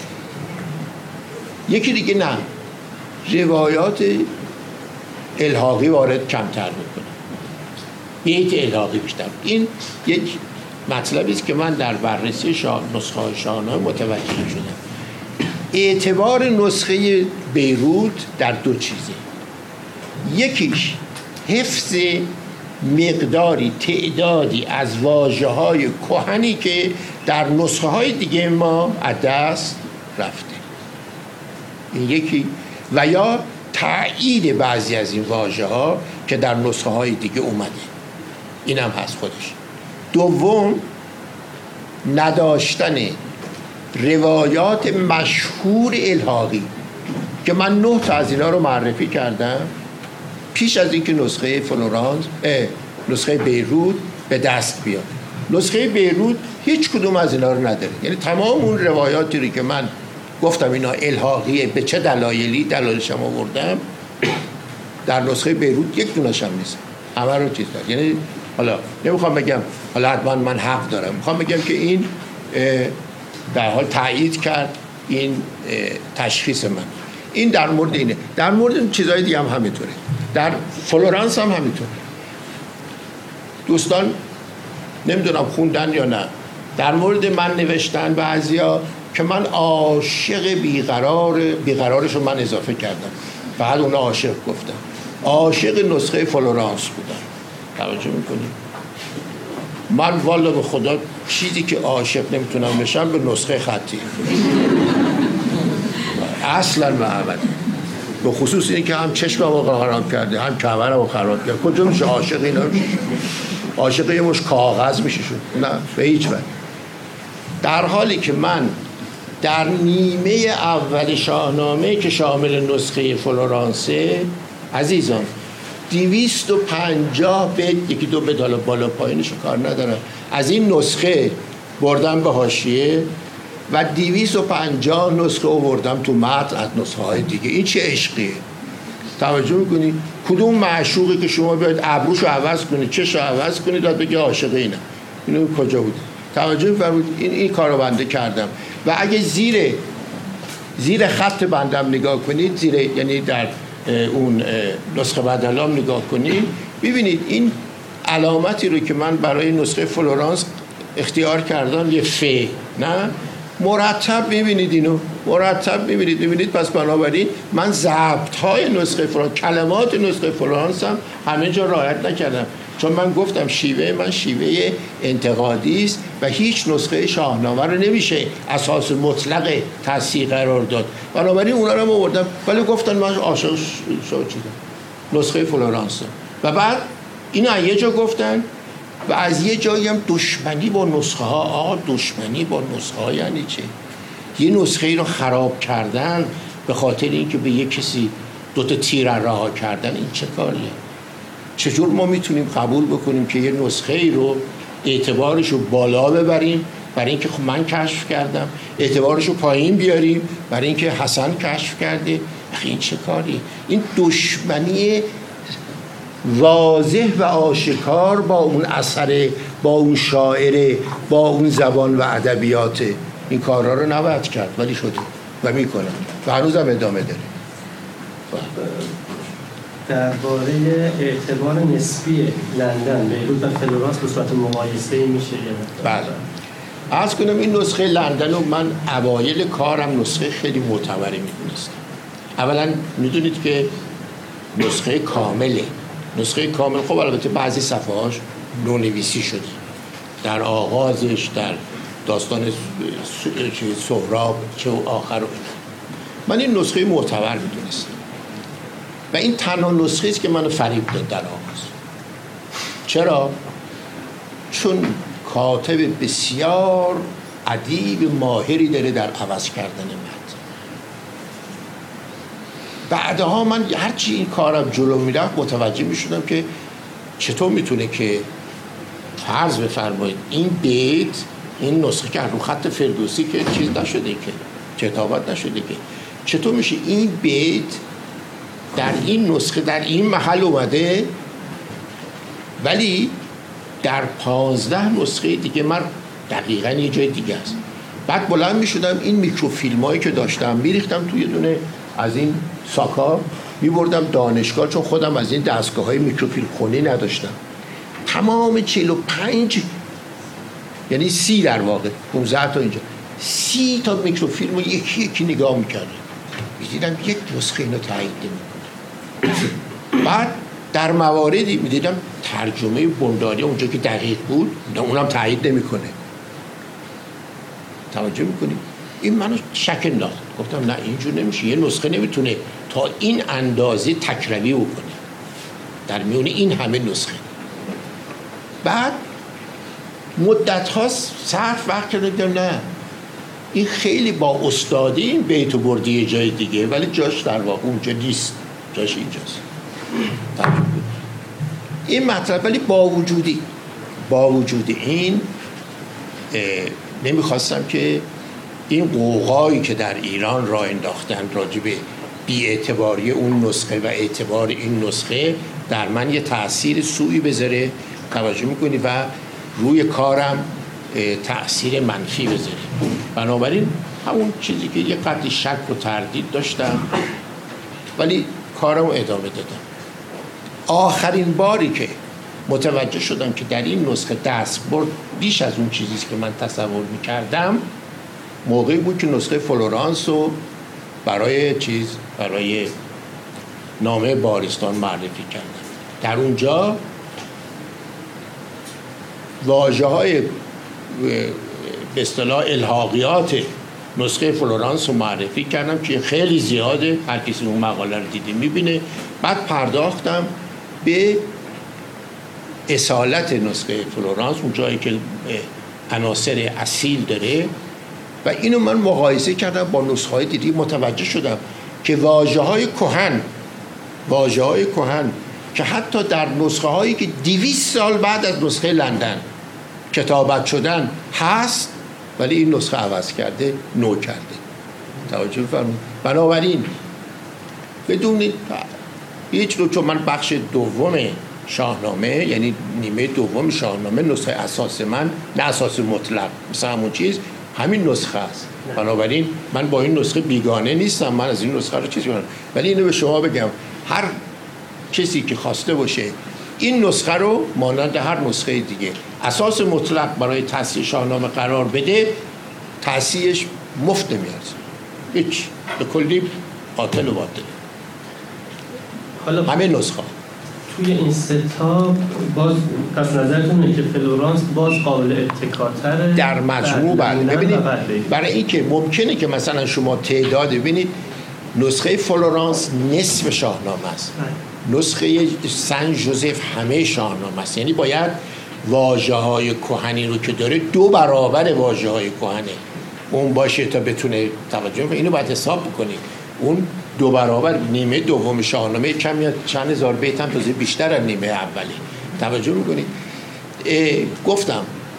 یکی دیگه نه، روایات الحاقی وارد کمتر میکنه، بیت الحاقی بیشتر. این یک مطلبی است که من در بررسی نسخه شاهنامه متوجه شدم. اعتبار نسخه بیروت در دو چیزه، یکیش حفظ مقداری تعدادی از واژه‌های کهنی که در نسخه های دیگه ما از دست رفته، این یکی، و یا تأیید بعضی از این واژه‌ها که در نسخه های دیگه اومده، این هم هست خودش. دوم، نداشتن روایات مشهور الحاقی که من 9 تا از اینا رو معرفی کردم پیش از اینکه نسخه فلورانس نسخه بیروت به دست بیاد. نسخه بیروت هیچ کدوم از اینا رو نداره، یعنی تمام اون روایاتی رو که من گفتم اینا الحاقیه به چه دلایلی دلایلش هم آوردم، در نسخه بیروت یک دونش هم نیست، همه رو چیز داره. یعنی حالا نمیخوام بگم حالا حتما من حق دارم، میخوام بگم که این در حال تایید کرد این تشخیص من. این در مورد اینه. در مورد چیزهای دیگه هم همینطوره، در فلورانس هم همینطوره. دوستان نمیدونم خوندن یا نه، در مورد من نوشتن بعضیا که من عاشق بیقرارش رو من اضافه کردم، بعد اون عاشق گفتم، عاشق نسخه فلورانس بودم. توجه میکنی؟ من والا به خدا چیزی که عاشق نمیتونم بشم به نسخه خطی اصلا و ابدا، به خصوص اینی که هم چشمم رو خراب کرده هم کمرم رو خراب کرده. کجا میشه عاشق اینا؟ عاشق یه مش کاغذ میشه شد؟ نه به هیچ وجه. در حالی که من در نیمه اول شاهنامه که شامل نسخه فلورانسه عزیزان 250 بیت، یکی دو بیت حالا بالا پایینشو کار ندارم، از این نسخه بردم به حاشیه و 250 نسخه آوردم تو متن از نسخه های دیگه. این چه عشقیه؟ توجه میکنی؟ کدوم معشوقی که شما بیاید ابروشو عوض کنید، چشو عوض کنید، داد بگه عاشق اینم، اینو کجا بود؟ توجه می‌فرمایید؟ این کارو بنده کردم. و اگه زیر خط بندم نگاه کنید، یعنی در اون نسخه بدلام نگاه کنید، ببینید این علامتی رو که من برای نسخه فلورانس اختیار کردم یه ف، نه مرتب میبینید، اینو مرتب میبینید. پس بنابراین من ضبط‌های نسخه فلورانس، کلمات نسخه فلورانس هم همه جا رعایت نکردم، چون من گفتم شیوه من شیوه انتقادی است و هیچ نسخه شاهنامه رو نمیشه اساس مطلق تصحیح قرار داد. بنابراین اونا رو آوردم، ولی گفتن من عاشق شدم نسخه فلورانس. و بعد اینا یه جا گفتن و از یه جایی هم دشمنی با نسخه ها. دشمنی با نسخه ها یعنی چه؟ یه نسخه ای رو خراب کردن به خاطر اینکه به یه کسی 2 تا تیر رها کردن، این چه کاریه؟ چجور ما میتونیم قبول بکنیم که یه نسخه ای رو اعتبارش رو بالا ببریم برای اینکه خب من کشف کردم، اعتبارش رو پایین بیاریم برای اینکه حسن کشف کرده؟ این چه کاری؟ این دشمنی واضح و آشکار با اون اثر، با اون شاعره، با اون زبان و ادبیات. این کارها رو نباید کرد ولی شده و میکنن و هنوزم ادامه داره. درباره اعتبار نسبی لندن، بیروت و فلورانس به صورت مقایسه‌ای میشه؟ بله. عرض کنم این نسخه لندن رو من اوایل کارم نسخه خیلی معتبری میدونستم. اولا میدونید که نسخه کامله. نسخه کامل خب البته بعضی صفحه‌هاش نونویسی شده، در آغازش، در داستان سهراب چه آخر رو. من این نسخه معتبر میدونستم و این تنها نسخه است که منو فریب داد در آغاز. چرا؟ چون کاتب بسیار ادیب ماهری داره در عوض کردن من. بعدها من هرچی این کارم جلو میرفت متوجه میشدم که چطور میتونه که فرض بفرمایید این بیت، این نسخه که رو خط فردوسی که چیز نشده که کتابت نشده که چطور میشه این بیت در این نسخه در این محل اومده ولی در 15 نسخه دیگه من دقیقاً یه جای دیگه است. بعد بلند میشدم این میکروفیلم هایی که داشتم میریختم توی دونه از این ساکا میبردم دانشگاه، چون خودم از این دستگاه های میکروفیلم خونی نداشتم. تمام 45 یعنی 30 در واقع 15 تا اینجا 30 تا میکروفیلم رو یکی یکی نگاه میکردم، میدیدم یک نسخه اینو تایید نمیکنه. بعد در مواردی میدیدم ترجمه بنداری اونجا که دقیق بود اونم تایید نمیکنه. توجه میکنی؟ این منو شک انداخت. گفتم نه اینجور نمیشه، یه نسخه نمیتونه تا این اندازه تکروی بکنه در میون این همه نسخه. بعد مدت ها صرف وقت کردم نه این خیلی با استادی این بیتو بردی یه جای دیگه ولی جاش در واقع اونجا نیست، جاش اینجاست. این مطلب ولی با وجود این نمیخواستم که این قوقایی که در ایران راه انداختن راجع به بی‌اعتباری اون نسخه و اعتبار این نسخه در من یه تأثیر سوئی بذاره، توجه میکنی، و روی کارم تأثیر منفی بذاره. بنابراین همون چیزی که یه قدری شک و تردید داشتم ولی کارم رو ادامه دادم. آخرین باری که متوجه شدم که در این نسخه دستبرد بیش از اون چیزیست که من تصور میکردم موقعی بود که نسخه فلورانس رو برای نامه بارستان معرفی کردم. در اونجا واژه‌های به اصطلاح الحاقیات نسخه فلورانس رو معرفی کردم که خیلی زیاده، هر کسی اون مقاله رو دیده میبینه. بعد پرداختم به اصالت نسخه فلورانس، اون جایی که عناصر اصیل داره، و اینو من مقایسه کردم با نسخه‌های دیگه. متوجه شدم که واژه‌های کهن که حتی در نسخه‌هایی که 200 سال بعد از نسخه لندن کتابت شدن هست ولی این نسخه عوض کرده، نو کرده. توجه بفرمایید. بنابراین بدون هیچ رو، چون من بخش دوم شاهنامه یعنی نیمه دوم شاهنامه نسخه اساس من، نه اساس مطلق مثلا همون چیز، همین نسخه است. بنابراین من با این نسخه بیگانه نیستم، من از این نسخه رو چیزی کنم. ولی اینو به شما بگم هر کسی که خواسته باشه این نسخه رو مانند هر نسخه دیگه اساس مطلق برای تصحیح شاهنامه قرار بده، تصحیحش مفت نمیارزه، هیچ، به کلی باطل و باطل. حالا همه نسخه توی این ستا باز پس نظرتونه که فلورانس باز قابل اتکاتره در مجموع. ببینید برای این که ممکنه که مثلا شما تعداد ببینید نسخه فلورانس نصف شاهنامه است، نسخه سن ژوزف همه شاهنامه است، یعنی باید واژه‌های کهنی رو که داره 2 برابر واژه‌های کهنه اون باشه تا بتونه توجه کنه. اینو باید حساب بکنید. اون 2 برابر نیمه دوم شاهنامه کمی چند هزار بیت هم تازه بیشتر از نیمه اولی. توجه میکنید. گفتم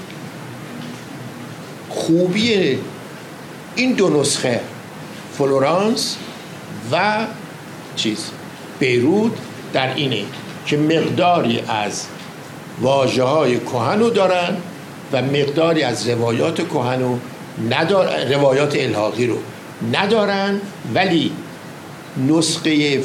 خوبی این 2 نسخه فلورانس و بیروت در اینه که مقداری از واژه‌های کهن رو دارن و مقداری از روایات کهن رو ندارن، روایات الحاقی رو ندارن، ولی نسخه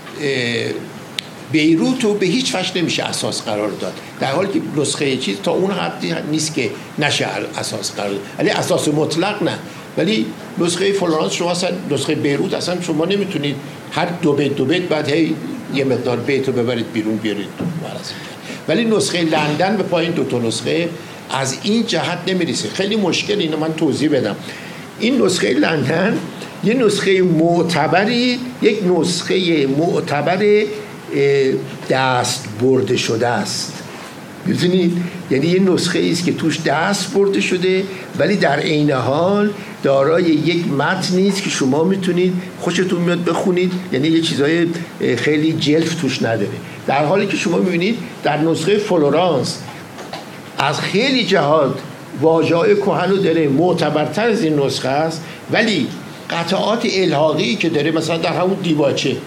بیروت رو به هیچ وجه نمیشه اساس قرار داد، در حالی که نسخه چیز تا اون حدی نیست که نشه اساس قرار داد، ولی اساس مطلق نه. ولی نسخه فلورانس شما اصلا، نسخه بیروت اصلا شما نمیتونید هر 2 بیت بعد هی یه مقدار بیت رو ببرید بیرون بیارید تو مراسم. ولی نسخه لندن به پایین 2 تا نسخه از این جهت نمیرسه. خیلی مشکل. اینو من توضیح بدم. این نسخه لندن یه نسخه معتبری، یک نسخه معتبر دست برده شده است. می‌دونید؟ یعنی یه نسخه است که توش دست برده شده ولی در عین حال دارای یک متنی است که شما میتونید خوشتون میاد بخونید، یعنی یه چیزای خیلی جلف توش نداره. در حالی که شما میبینید در نسخه فلورانس از خیلی جهات واژه‌های کهن رو داره، معتبرتر از این نسخه است، ولی قطعات الحاقی که داره مثلا در همون دیباچه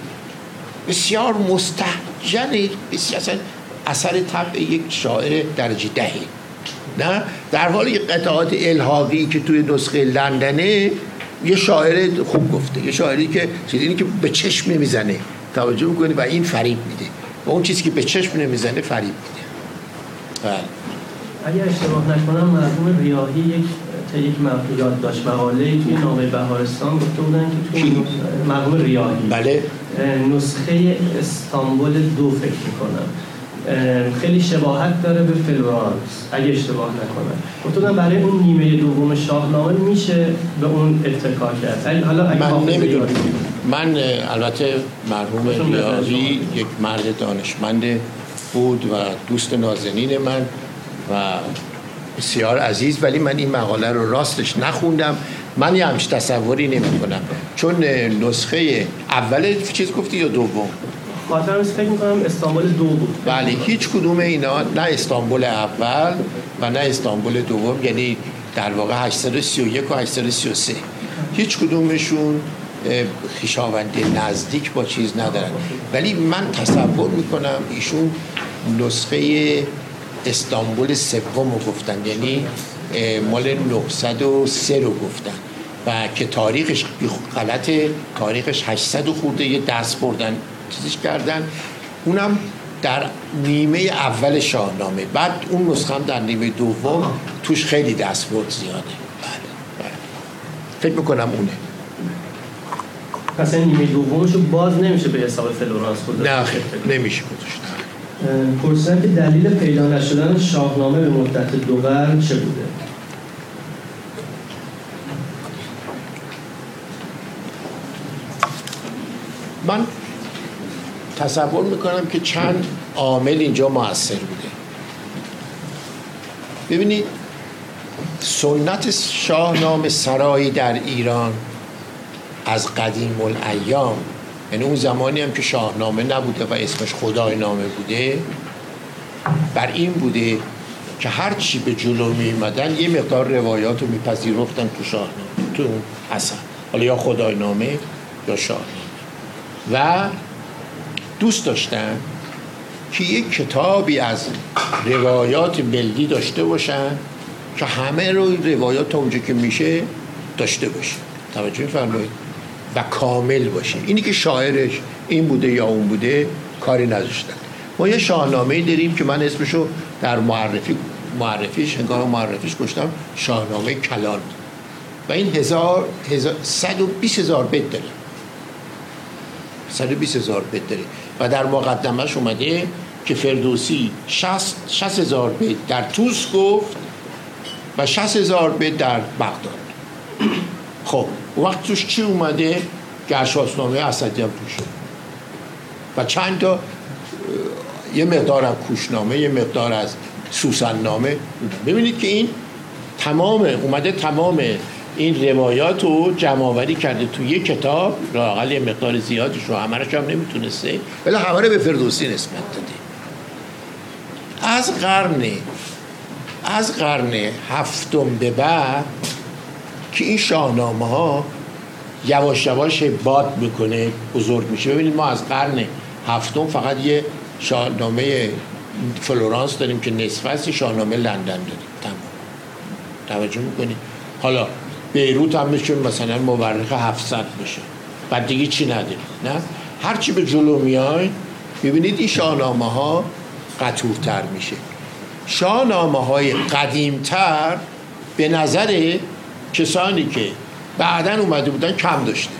بسیار مستهجنه، بسیار اثر طبع یک شاعر درجه دهه. نه در حالی قطعات الحاقی که توی نسخه لندنه یه شاعر خوب گفته، یه شاعری که چیزی که به چشم نمیزنه توجه میکنه و این فریب میده، و اون چیزی که به چشم نمیزنه فریب میده. بله. اگر اشتباه نکنم مرحوم ریاحی یک مقالات داشت، مقاله‌ای توی نامه بهارستان گفته بودن که توی مرحوم ریاحی بله نسخه استانبول 2 فکر میکنم خیلی شباهت داره به فلورانس اگه اشتباه نکنم. گفته بودن برای اون نیمه دوم شاهنامه میشه به اون اتکا کرد. حالا من نمیدونم، من البته مرحوم ریاحی یک مرد دانشمند بود و دوست نازنین من و بسیار عزیز، ولی من این مقاله رو راستش نخوندم. من یه همچین تصوری نمی کنم، چون نسخه اول چیز گفتی یا دوم؟ خاطرم فکر میکنم استانبول 2 بود. بله، هیچ کدوم اینا، نه استانبول اول و نه استانبول دوم، یعنی در واقع 831 و 833 هیچ کدومشون خویشاوندی نزدیک با چیز ندارن. ولی من تصور میکنم ایشون نسخه استانبول سوم رو گفتن، یعنی مال 903 رو گفتن و که تاریخش غلطه، تاریخش 800 خورده، یه دست بردن چیزش کردن، اونم در نیمه اول شاهنامه. بعد اون نسخه هم در نیمه دوم توش خیلی دست برد زیاده. بله. فکر میکنم اونه. پس این نیمه دومشو باز نمیشه به حساب فلورانس گذاشت؟ نه نمیشه گذاشت. پرسیدن که دلیل پیدا نشدن شاهنامه به مدت 2 قرن چه بوده؟ من تصور میکنم که چند عامل اینجا مؤثر بوده. ببینید سنت شاهنامه سرایی در ایران از قدیم الایام، یعنی اون زمانی هم که شاهنامه نبوده و اسمش خدای نامه بوده، بر این بوده که هر چی به جلو می اومدن یه مقدار روایات رو میپذیرفتن تو شاهنامه، تو اون اثر، حالا یا خدای نامه یا شاهنامه، و دوست داشتن که یک کتابی از روایات ملی داشته باشن که همه روایات تا اونجا که میشه داشته باشه، توجه می‌فرمایید، و کامل باشه. اینی که شاعرش این بوده یا اون بوده کاری نداشتن. ما یه شاهنامه‌ای داریم که من اسمشو در هنگام معرفیش گذاشتم شاهنامه کلان، و این 120,000 بیت داره، 120,000 بیت داره و در مقدمش اومده که فردوسی 60,000 بیت در طوس گفت و 60,000 بیت در بغداد. خب وقت توش چی اومده؟ گرشاسنامه اسدی هم توش و چند تا، یه مقدار از کوشنامه، یه مقدار از سوسن نامه. ببینید که این اومده تمام این روایات رو جمع آوری کرده تو یک کتاب، لااقل یه مقدار زیادش رو، همه رو هم نمیتونسته، ولی همه رو به فردوسی نسبت داده. از قرن هفتم به بعد که این شاهنامه ها یواش یواش باد میکنه، بزرگ میشه. ببینید ما از قرن هفتم فقط یه شاهنامه فلورانس داریم که نصف است، شاهنامه لندن داریم، تمام. توجه میکنید؟ حالا بیروت هم میشه مثلا مورخ 700 میشه، بعد دیگه چی نداریم. نه، هرچی به جلو میای ببینید این شاهنامه ها قطورتر میشه. شاهنامه های قدیمتر به نظر کسانی که بعدن اومده بودن کم داشته.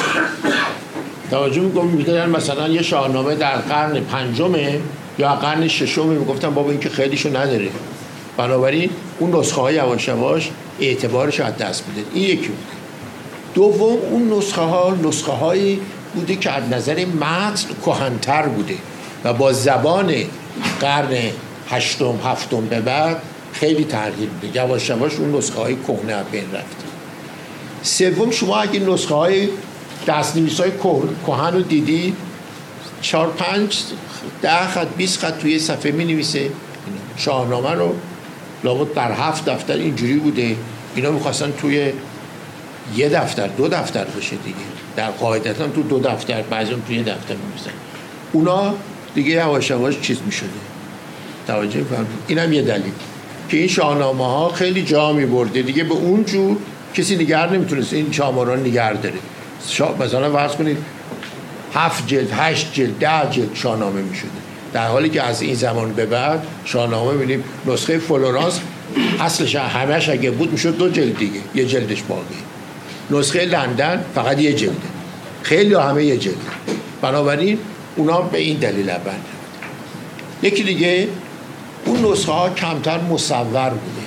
توجه میکنن مثلا یه شاهنامه در قرن 5 یا قرن 6 میگفتن بابا این که خیلیشو نداره، بنابراین اون نسخه های یواش یواش اعتبارش از دست میده. این یکی بوده. دوم، اون نسخه هایی بوده که از نظر متن کهن‌تر بوده و با زبان قرن 8 7 به بعد خیلی تغییر بوده. یواش یواش اون نسخه های کهنه بین رفته. سوم، شما اگه نسخه های دست‌نویس های کهن رو دیدی 4 5 10 خط 20 خط توی صفحه می نویسه. شاهنامه رو لابد در 7 دفتر اینجوری بوده، اینا میخواستن توی 1 دفتر 2 دفتر بشه دیگه، در قاعدتا تو 2 دفتر، بعضی هم توی 1 دفتر می‌نویسن. اونا دیگه یواش یواش چیز می‌شده. توجه فرمایید. اینم یه دلیل که این شاهنامه ها خیلی جا می‌برده دیگه، به اون جور کسی نگار نمیتونست این شاهنامه نگار داره. مثلا فرض کنید 7 جلد 8 جلد 10 جلد شاهنامه می‌شده، در حالی که از این زمان به بعد شاهنامه می‌بینیم نسخه فلورانس اصلش همش اگه بود میشد 2 جلد دیگه، 1 جلدش باقی. نسخه لندن فقط 1 جلده، خیلی همه 1 جلد. بنابراین اونا به این دلیل اول. یکی دیگه اون نسخه ها کمتر مصور بوده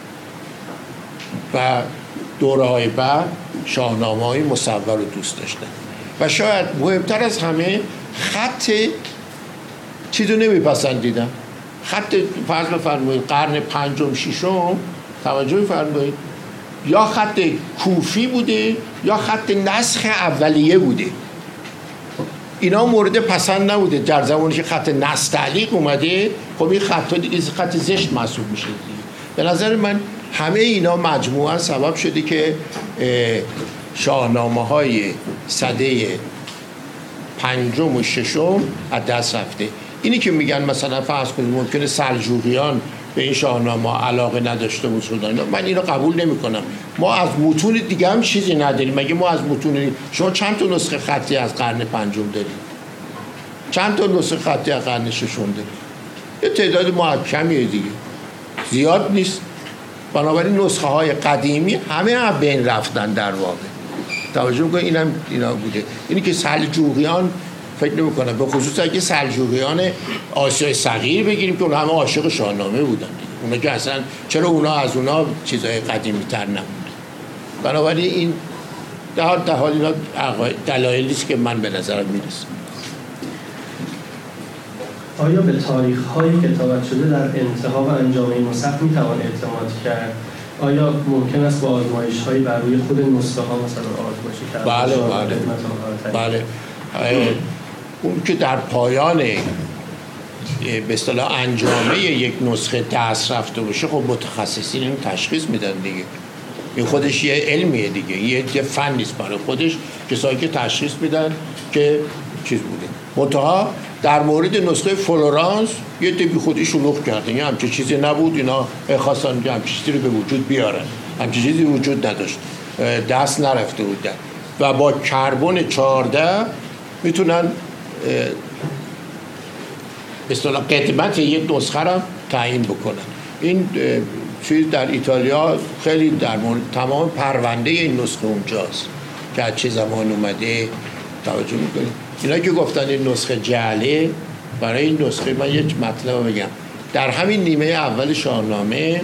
و دوره های بعد شاهنامه های مصور رو دوست داشتن و شاید مهمتر از همه خط چیز رو نمیپسندیدن. خط فرض بفرمایید قرن 5م 6م توجه بفرمایید یا خط کوفی بوده یا خط نسخ اولیه بوده. اینا مورد پسند نبوده. در زمانی که خط نسخ تعلیق اومده، خب این خط دیگه خط زشت محسوب میشه دیگه. به نظر من همه اینا مجموعاً سبب شده که شاهنامه های سده 5م و 6م از دست رفته. اینی که میگن مثلا فرض کنید ممکنه سلجوقیان به این شاهنامه علاقه نداشته باشن، من اینو قبول نمیکنم. ما از متون دیگه هم چیزی نداریم. مگه ما از متون شما چند تا نسخه خطی از قرن 5م دارید؟ چند تا نسخه خطی از قرن 6م دارید؟ یه تعداد محکمیه دیگه، زیاد نیست. بنابراین نسخه های قدیمی همه هم بین رفتن در واقع. توجه میکنید اینم اینا بوده. اینی که سلجوقیان فکر نمی‌کنم، به خصوص اگه سلجوقیان آسیای صغیر بگیریم که اون همه عاشق شاهنامه بودن دیگه. اونا که اصلا چرا اونا از اونا چیزای قدیمی‌تر نبود. بنابراین این در حال اینا دلایلی است که من به نظرم میرسه. آیا به تاریخ‌های کتابت شده در انتها و انجام این نسخ می‌توان اعتماد کرد؟ آیا ممکن است با آزمایش‌هایی بر روی خود نسخه‌ها مثلا آزمایشی کرد؟ بله. اون که در پایان به اصطلاح انجامه یک نسخه دست رفته باشه، خب متخصصین این تشخیص میدن دیگه. این خودش یه علمیه دیگه، یه فن نیست برای خودش. کسایی که تشخیص میدن که چیز بوده. منتها در مورد نسخه فلورانس یه بی خودی شلوغ کردن، یه همچه چیزی نبود، اینا خواستن همچه چیزی رو به وجود بیارن، همچه چیزی وجود نداشت، دست نرفته بودن و با کربن 14 میتونن به اصطلاح قدمت یک نسخه را تعیین بکنن. این چیز در ایتالیا خیلی در مورد تمام پرونده این نسخه اونجاست که از چه زمان اومده توجه میکنید. اینا که گفتن این نسخه جعله، برای این نسخه من یک مطلب بگم. در همین نیمه اول شاهنامه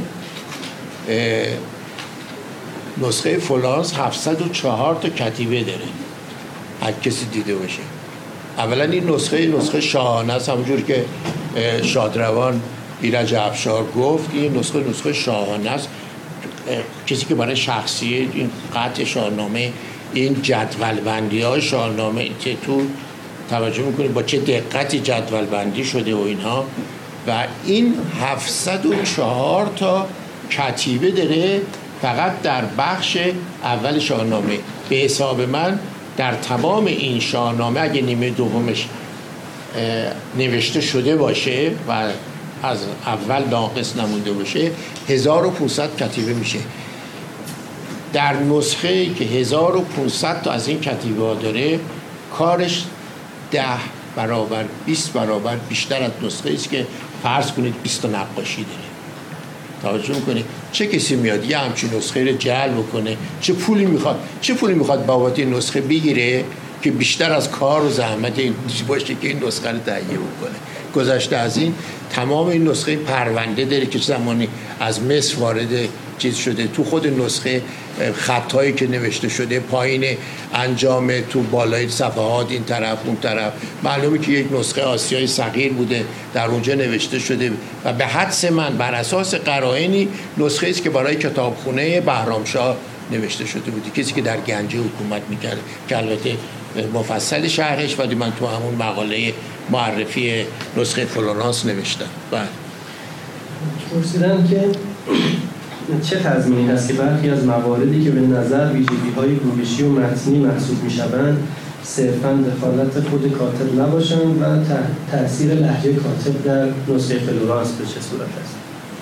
نسخه فلورانس 704 تا کتیبه داره، هر کسی دیده باشه. اولا این نسخه شاهانه است، همونجور که شادروان ایرج افشار گفت، این نسخه شاهانه است. کسی که برای شخصی این قطع شاهنامه، این جدول بندی های شاهنامه که تو توجه میکنید با چه دقتی جدول بندی شده و اینها، و این 704 تا کتیبه داره فقط در بخش اول شاهنامه. به حساب من در تمام این شاهنامه اگه نیمه دومش نوشته شده باشه و از اول ناقص نمونده باشه 1500 کتیبه میشه. در نسخه که 1500 تا از این کتیبه ها داره، کارش 10 برابر 20 برابر بیشتر از نسخه است که فرض کنید 20 تا نقاشی داره. توجه میکنه چه کسی میاد یه همچین نسخه رو جعل بکنه، چه پولی میخواد بابت این نسخه بگیره که بیشتر از کار و زحمت این باشه که این نسخه رو تهیه بکنه. گذشته از این تمام این نسخه پرونده داره که زمانی از مصر وارد چیز شده، تو خود نسخه خطایی که نوشته شده پایین انجام، تو بالای صفحات این طرف اون طرف، معلومه که یک نسخه آسیای صغیر بوده در اونجا نوشته شده و به حدس من بر اساس قرائنی نسخه است که برای کتابخونه بهرامشاه نوشته شده بودی، کسی که در گنجه حکومت میکرد که البته مفصل شرحش ولی من تو همون مقاله معرفی نسخه فلورانس نوشتم. بعد پرسیدن که چه تضمینی هست که برخی از مواردی که به نظر ویژگی‌های گویشی و متنی محسوب می‌شوند صرفاً دخالت خود کاتب نباشند و تأثیر لهجه کاتب در نسخه فلورانس به چه صورت است؟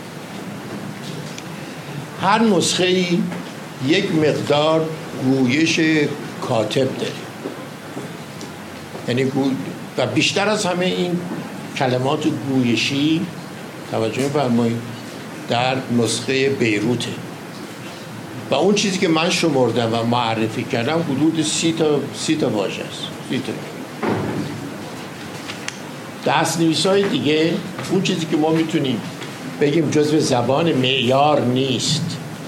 هر نسخه‌ای یک مقدار گویش کاتب داره، یعنی و بیشتر از همه این کلمات گویشی توجه می‌فرمایید در نسخه بیروته و اون چیزی که من شمردم و معرفی کردم حدود 30 تا واژه است. 30 تا. دست‌نویس‌های دیگه اون چیزی که ما میتونیم بگیم جزو زبان معیار نیست،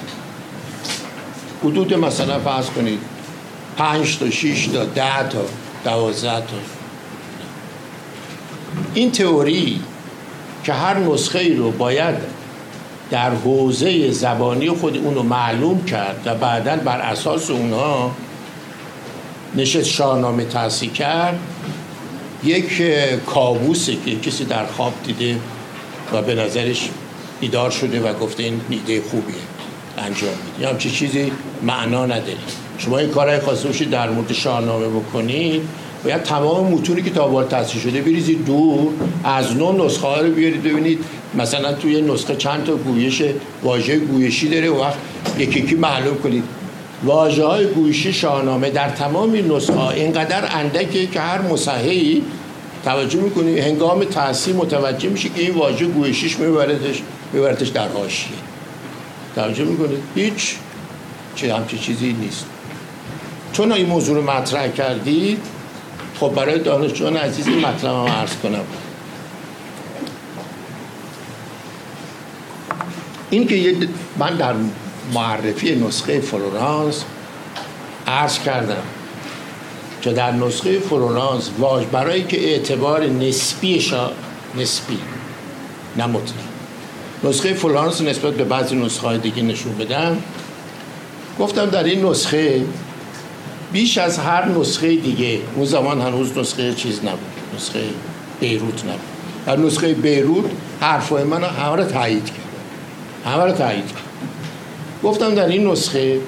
حدود مثلا فرض کنید 5 تا 6 تا 10 تا 12 تا. این تئوری که هر نسخه ای رو باید در حوزه زبانی خود اونو معلوم کرد و بعداً بر اساس اونها نشست شاهنامه تأسیس کرد، یک کابوسه که کسی در خواب دیده و به نظرش بیدار شده و گفته این ایده خوبیه انجام میده. یا همچین چیزی معنا نداره. شما این کارهای خواسته باشید در مورد شاهنامه بکنید، باید تمام متونی که تا به حال تأسیس شده بریزید دور، از نو نسخه ها رو بیارید ببینید مثلا توی نسخه چند تا گویش واژه گویشی داره و وقت یکی معلوم کنید. واژه های گویشی شاهنامه در تمام نسخه ها اینقدر اندکه که هر مصححی توجه میکنید هنگام تأسیس متوجه میشه که این واژه گویشیش میبردش در حاشیه. توجه میکنید هیچ همچین چیزی نیست. چون این موضوع رو مطرح کردید، خب برای دانشجویان عزیز این مطلب هم عرض کنم. این که من در معرفی نسخه فلورانس عرض کردم که در نسخه فلورانس برای که اعتبار نسبی نه مطلق نسخه فلورانس نسبت به بعضی نسخه های دیگه نشون بدم، گفتم در این نسخه بیش از هر نسخه دیگه، اون زمان هنوز نسخه چیز نبود، نسخه بیروت نبود، در نسخه بیروت حرفای من همه رو تایید کرد. گفتم در این نسخه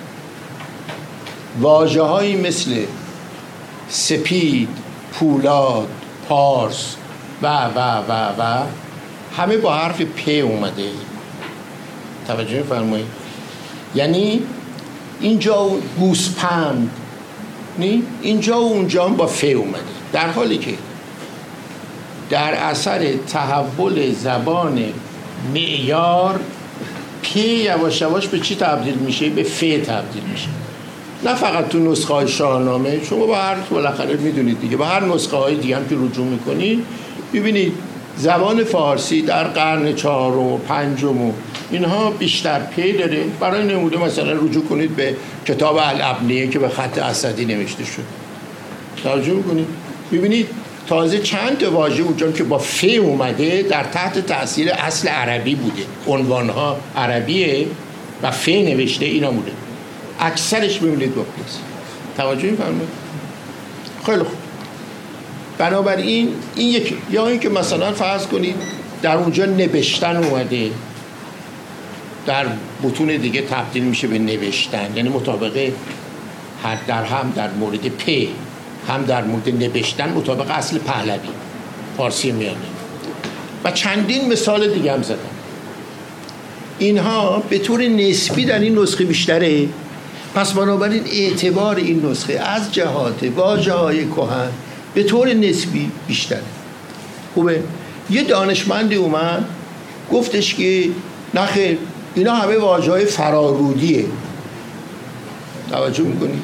واژه‌هایی مثل سپید، پولاد، پارس و همه با حرف پ اومده. توجه می‌فرمایید؟ یعنی اینجا گوسپند، اینجا و اونجا با ف اومده، در حالی که در اثر تحول زبان معیار پ یواش یواش به چی تبدیل میشه؟ به ف تبدیل میشه. نه فقط تو نسخه های شاهنامه، شما با هر بالاخره میدونید دیگه، با هر نسخه های دیگه هم که رجوع میکنید ببینید زبان فارسی در قرن 4 و 5 اینها بیشتر پی داره. برای نموده مثلا رجوع کنید به کتاب الابنیه که به خط اسدی نوشته شد، توجه میکنید ببینید تازه چند تا واژه اونجا که با ف اومده در تحت تاثیر اصل عربی بوده، عنوانها عربیه و ف نوشته، اینا بوده، اکثرش ببینید با پس. توجه می‌فرمایید؟ خیلی خوب. بنابراین این یکی. یا این که مثلا فرض کنید در اونجا نوشتن اومده، در متون دیگه تبدیل میشه به نوشتن، یعنی مطابق هم در مورد پ هم در مورد نوشتن مطابق اصل پهلوی فارسی میانه. و چندین مثال دیگه هم زدم. اینها به طور نسبی در این نسخه بیشتره، پس بنابراین اعتبار این نسخه از جهات واژه‌های کهن به طور نسبی بیشتره. خوبه؟ یه دانشمندی اومد گفتش که نخیر اینا همه واژه‌های فرارودیه. توجه میکنی؟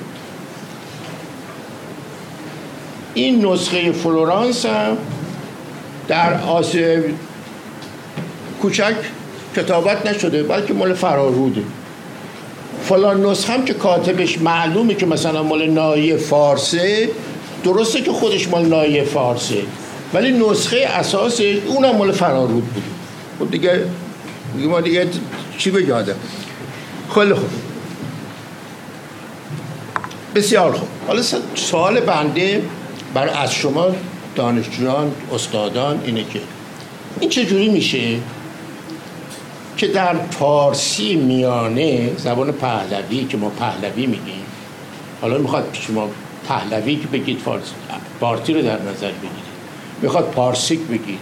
این نسخه فلورانس هم در آسیا کوچک کتابت نشده بلکه مال فراروده. فلان نسخه هم که کاتبش معلومه که مثلا مال ناحیه فارسه، درسته که خودش مال ناحیه فارسه ولی نسخه اساسش اونم مال فرارود بوده. خب دیگه ما دیگه چی بگادم. خیلی خوب. بسیار خوب. حالا سوال بنده برای از شما دانشجویان استادان اینه که این چجوری میشه که در فارسی میانه زبان پهلوی که ما پهلوی میگیم، حالا میخواد شما پهلوی که بگید فارسی رو در نظر بگیرید، میخواد پارسیک بگید،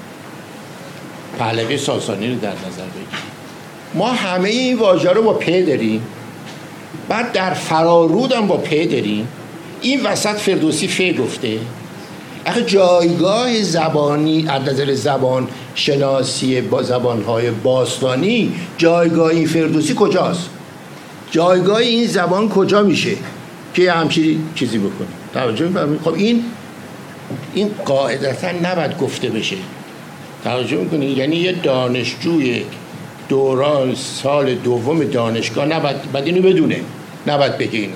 پهلوی ساسانی رو در نظر بگیرید، ما همه این واژه رو با پ داریم، بعد در فرارود هم با پ داریم، این وسط فردوسی ف گفته. اخه جایگاه زبانی از نظر زبان شناسی با زبانهای باستانی جایگاه این فردوسی کجاست؟ جایگاه این زبان کجا میشه که همچین چیزی بکنه؟ توجه می‌فرمایید؟ خب این قاعدتا نباید گفته بشه. توجه می‌کنید؟ یعنی یه دانشجوی دوران سال دوم دانشگاه نباید اینو بدونه، نباید بگه اینو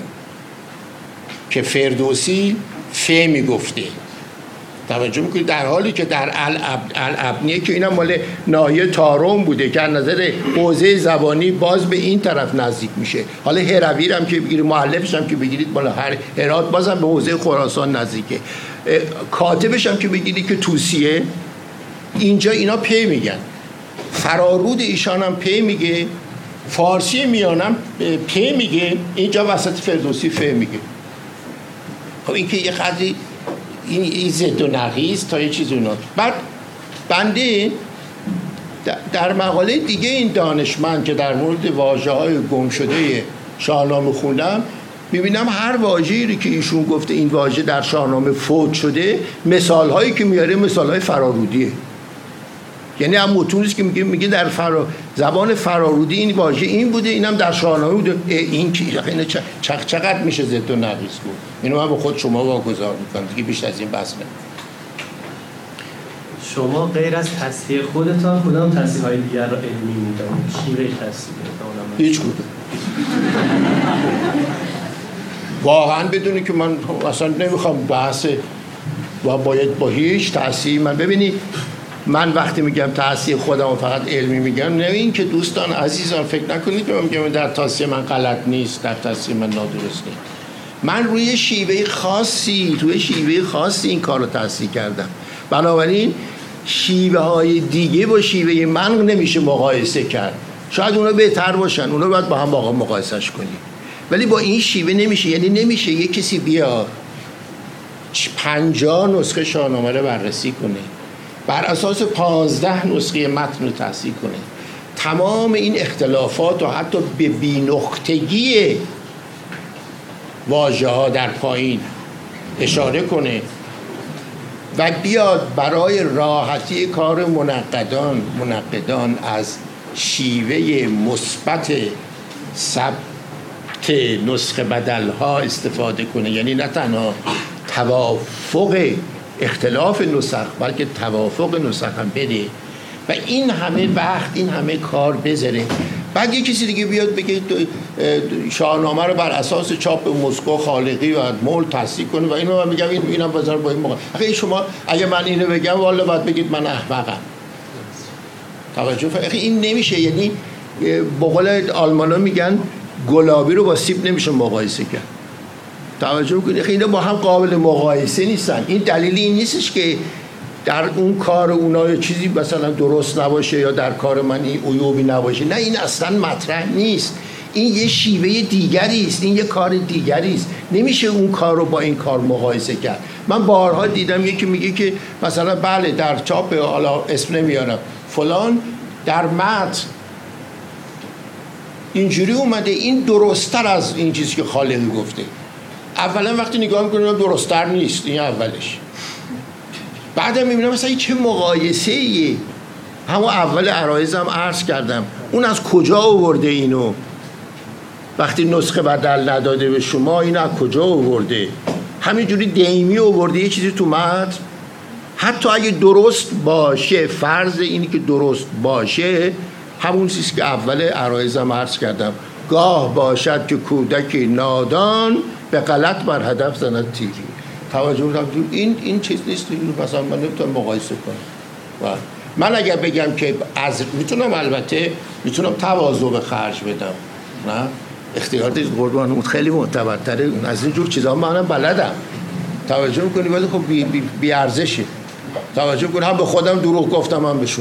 که فردوسی ف میگفته. توجه میکنید؟ در حالی که در الابنیه که اینا مال ناحیه تارم بوده که از نظر حوزه زبانی باز به این طرف نزدیک میشه. حالا هرویر هم که بگیرید، مؤلفش هم که بگیرید مال هرات بازم به حوزه خراسان نزدیکه. کاتبش هم که بگیرید که توسیه، اینجا اینا پ میگن. فرارود ایشان هم پ میگه، فارسی میانم پ میگه، اینجا وسط فردوسی ف میگه. خب این که یه قدری این ضد و نقیض تا یه چیز اونا. بعد بنده در مقاله دیگه این دانشمند که در مورد واژه‌های گم شده شاهنامه خوندم، میبینم هر واژه‌ای که ایشون گفته این واژه در شاهنامه فوت شده، مثال‌هایی که میاره مثال‌های فرارودیه. یعنی هم متونیست که میگه در زبان فرارودی این واژه این بوده، اینم در شاهنامه بوده. این که چقدر میشه ضد و نقیض بود؟ اینو من به خود شما واگذار میکنم دیگه، بیشتر از این بس نه. شما غیر از تصحیح خودتان کدام تصحیح‌های دیگر را علمی می‌دانید؟ شیوه تصحیح هیچ کدوم. واقعا بدونی که من اصلا نمیخوام بحث باید با هیچ تصحیح. من ببینید، من وقتی میگم تصحیح خودم فقط علمی میگم، نه این که دوستان عزیزان فکر نکنید که من میگم در تصحیح من غلط نیست، در تصحیح من نادرست نیست. من روی شیوه خاصی این کار رو تصحیح کردم. بنابراین شیوه های دیگه با شیوه من نمیشه مقایسه کرد. شاید اونا بهتر باشن، اونا باید با هم مقایسهش کنیم، ولی با این شیوه نمیشه. یعنی نمیشه یک کسی بیا 50 نسخه شاهنامه رو بررسی کنه، بر اساس 15 نسخه متن رو تصحیح کنه، تمام این اختلافات و حتی به بی‌نقطگی واژه‌ها در پایین اشاره کنه و بیاد برای راحتی کار منقدان از شیوه مثبت ثبت نسخه بدل‌ها استفاده کنه. یعنی نه تنها توافق اختلاف نسخ بلکه توافق نسخ هم بده و این همه وقت این همه کار بذاره. بعد یه کسی دیگه بیاد بگه شاهنامه رو بر اساس چاپ مسکو خالقی و مول تصحیح کنه و اینو من میگم اینم بازار با این موقع. شما اگه من اینو بگم والا باید بگید من احمقم. توجه این نمیشه. یعنی به قول آلمانا میگن گلابی رو با سیب نمیشه مقایسه کرد. توجه کنید اینا با هم قابل مقایسه نیستن. این دلیل این نیستش که در اون کار اونا چیزی مثلا درست نباشه یا در کار من این عیوبی نباشه. نه، این اصلا مطرح نیست. این یه شیوه دیگری است، این یه کار دیگری است. نمیشه اون کار رو با این کار مقایسه کرد. من بارها دیدم یکی میگه که مثلا بله در چاپ، حالا اسم نمیارم، فلان در متن اینجوری اومده، این درست‌تر از این چیزی که خالقی گفته. اولا وقتی نگاه میکنم درست‌تر نیست، این اولش. بعدم میبینم مثلا چه مقایسه‌ایه. همون اول عرایزم عرض کردم اون از کجا آورده اینو؟ وقتی نسخه بدل نداده به شما، این از کجا آورده؟ همینجوری دیمی آورده یه چیزی تو متن. حتی اگه درست باشه، فرض اینی که درست باشه، همون چیزی که اول عرایزم عرض کردم، گاه باشد که کودک نادان به غلط بر هدف زند تیری. توجه کنید این چیز نیست. این مثلا من نمیتونم مقایسه کنم. من اگر بگم که از میتونم، البته میتونم تواضع به خرج بدم، نه اختیارات قربان خیلی معتبرتره از این جور چیزا. منم بلدم، توجه میکنی، ولی خب بی ارزشه. توجه میکنی هم به خودم دروغ گفتم هم به شما.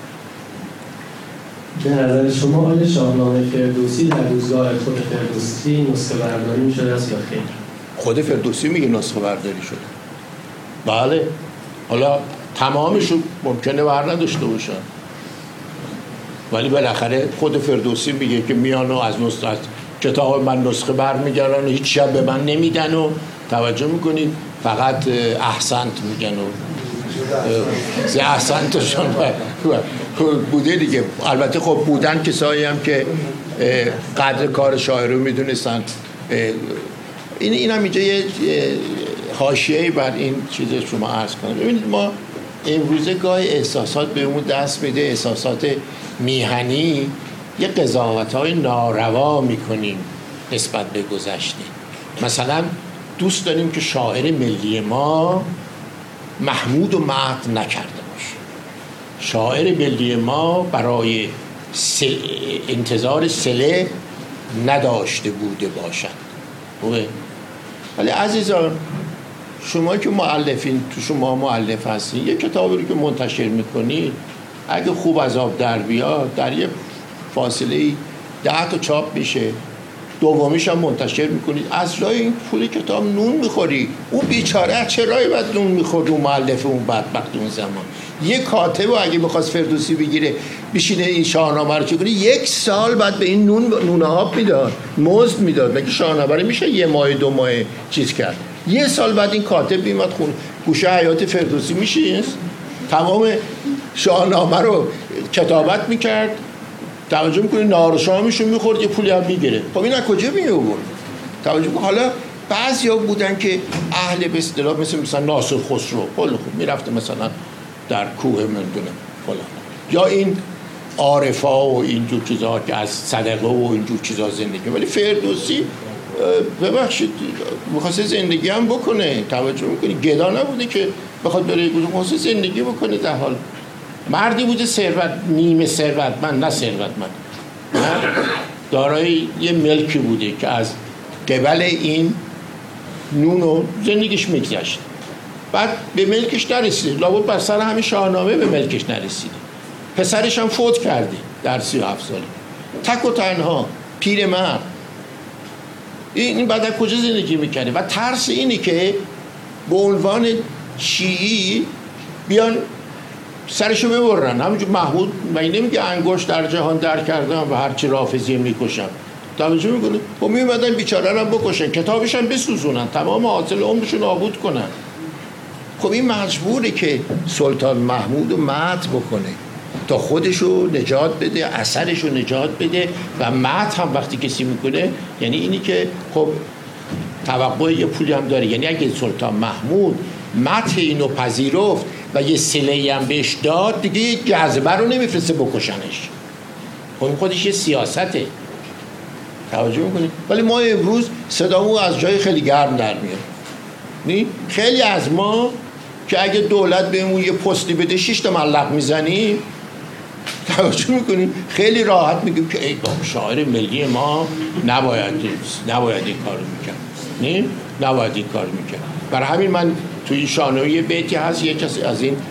به نظر شما آیا شاهنامه فردوسی در روزگار خود فردوسی نسخه برداری میشده است یا خیر؟ خود فردوسی میگه نسخه برداری شده. بله، حالا تمامشون ممکنه بر نداشته باشن، ولی بالاخره خود فردوسی میگه که میان و از کتاب من نسخه برمیگردن و هیچ شب به من نمیدن و توجه میکنید فقط احسنت میگن و احسنتشون بوده دیگه. البته خب بودن کسایی هم که قدر کار شاعر رو میدونستن. این هم اینجا یه حاشیه‌ای بر این چیز شما عرض کنم. ببینید ما امروزه گاهی احساسات بهمون دست میده، احساسات میهنی، یه قضاوت‌های ناروا میکنیم نسبت به گذشته. مثلا دوست داریم که شاعر ملی ما محمود و مدح نکرده باشه، شاعر ملی ما برای انتظار صله نداشته بوده باشد. ولی عزیزان شما که مؤلفین، تو شما مؤلف هستین، یه کتابی رو که منتشر میکنید اگه خوب از آب در بیاد در یه فاصله 10 تا چاپ میشه، دومیش هم منتشر میکنید، از راه این پول کتاب نون میخوری. اون بیچاره چه راهی باید نون میخورد اون مؤلف اون بدبخت اون زمان؟ یه کاتب اگه بخواست فردوسی بگیره بشینه این شاهنامه رو چه کنه، 1 سال بعد به این نون آب میداد، مزد میداد. مگه شاهنامه میشه 1 ماه 2 ماه چیز کرد؟ 1 سال بعد این کاتب میمد خون گوشه حیات فردوسی میشه، تمام شاهنامه رو کتابت میکرد، توجه میکنی نهار و شامشون میخورد، یه پولی هم میگیره. خب این از کجا میآورد؟ توجه کن. حالا بعضیا بودن که اهل به اصطلاح مثلا ناصر خسرو، خیلی خوب میرفته مثلا در کوه مندونه فلان، یا این عارفا و اینجور چیزا که از صدقه و اینجور چیزا زندگی. ولی فردوسی ببخشید میخواسته زندگی هم بکنه، توجه میکنی گدا نبوده که بخواد بره میخواسته زندگی بکنه. در حال مردی بوده نیمه ثروتمند، نه ثروتمند، دارای یه ملکی بوده که از قبل این نونو زندگیش میگذشت. بعد به ملکش نرسیده، لابد بر سر همین شاهنامه به ملکش نرسیده. پسرش هم فوت کرده در 37 ساله، تک و تنها پیرمرد. این بعد از کجا زندگی میکنه؟ و ترس اینه که به عنوان شیعی بیان سرشو ببرن. همونجور محمود من نمیگه انگشت در جهان در کردم و هرچی رافضی میکشم، توجه میکنه؟ خب میومدن بیچاره رو بکشن، کتابش هم بسوزونن، تمام حاصل عمرشو نابود کنن. خب این مجبوره که سلطان محمود رو مدح بکنه تا خودشو نجات بده، اثرشو نجات بده. و مدح هم وقتی کسی میکنه یعنی اینی که خب توقع یه پولی هم داره. یعنی اگه سلطان محمود مدح اینو پذیرفت و یه صله‌ای هم بهش داد، دیگه یه جذبه رو نمیفرسته بکشنش. خب این خودش یه سیاسته، توجه میکنید؟ ولی ما امروز صدامون از جای خیلی گرم در میاد. خیلی از ما که اگه دولت بهمون یه پستی بده 6 تا ملق میزنیم، توجه میکنیم خیلی راحت میگیم که ای بابا شاعر ملی ما نباید این کارو میکرد، نه نباید این کارو میکرد. برای همین من توی این شاهنامه یه بیتی هست، یک کسی از این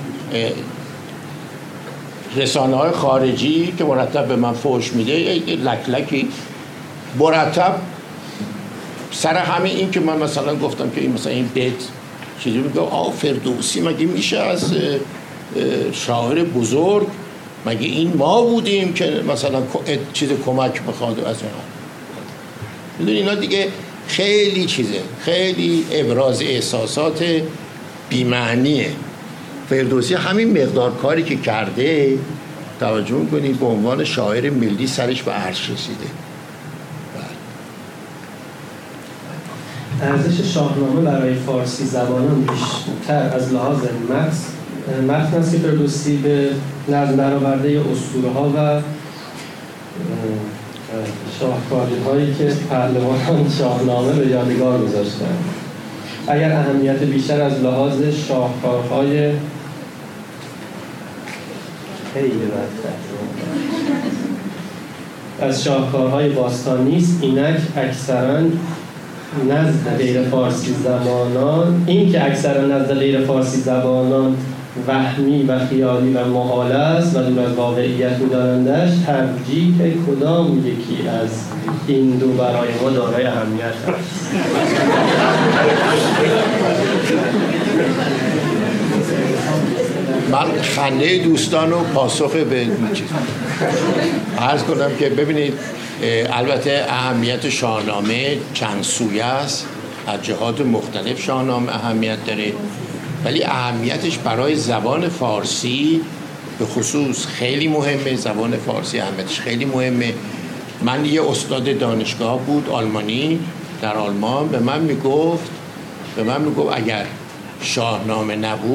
رسانه‌های خارجی که مرتب به من فحش میده، یه لکلکی مرتب سر همین این که من مثلا گفتم که این مثلا این بیت چیزی میگه فردوسی مگه میشه از شاعر بزرگ، مگه این ما بودیم که مثلا چیز کمک بخواد از اونها. میدونی اینا دیگه خیلی چیزه، خیلی ابراز احساسات بی‌معنیه. فردوسی همین مقدار کاری که کرده، توجه می‌کنید، به عنوان شاعر ملی سرش به عرش رسیده. ارزش شاهنامه برای فارسی زبانان بیشتر از لحاظ متن است که فردوسی به نظم درآورده اسطوره‌ها و شاهکاری‌هایی که پهلوانان شاهنامه به یادگار گذاشتند. اگر اهمیت بیشتر از لحاظ شاهکارهای از شاهکارهای باستانی است. اینک اکثرا نزد غیر فارسی زبانان، این که اکثرا نزد غیر فارسی زبانان وهمی و خیالی و محال است و دور از واقعیت می‌دانندش، ترجیح کدام یکی از این دو برای ما دارای اهمیت است؟ من خنده دوستان و پاسخ به چیز عرض کنم که ببینید، البته اهمیت شاهنامه چند سویه است، از جهات مختلف شاهنامه اهمیت داره، ولی اهمیتش برای زبان فارسی به خصوص خیلی مهمه. زبان فارسی اهمیتش خیلی مهمه. من یه استاد دانشگاه بود آلمانی در آلمان، به من میگفت اگر شاهنامه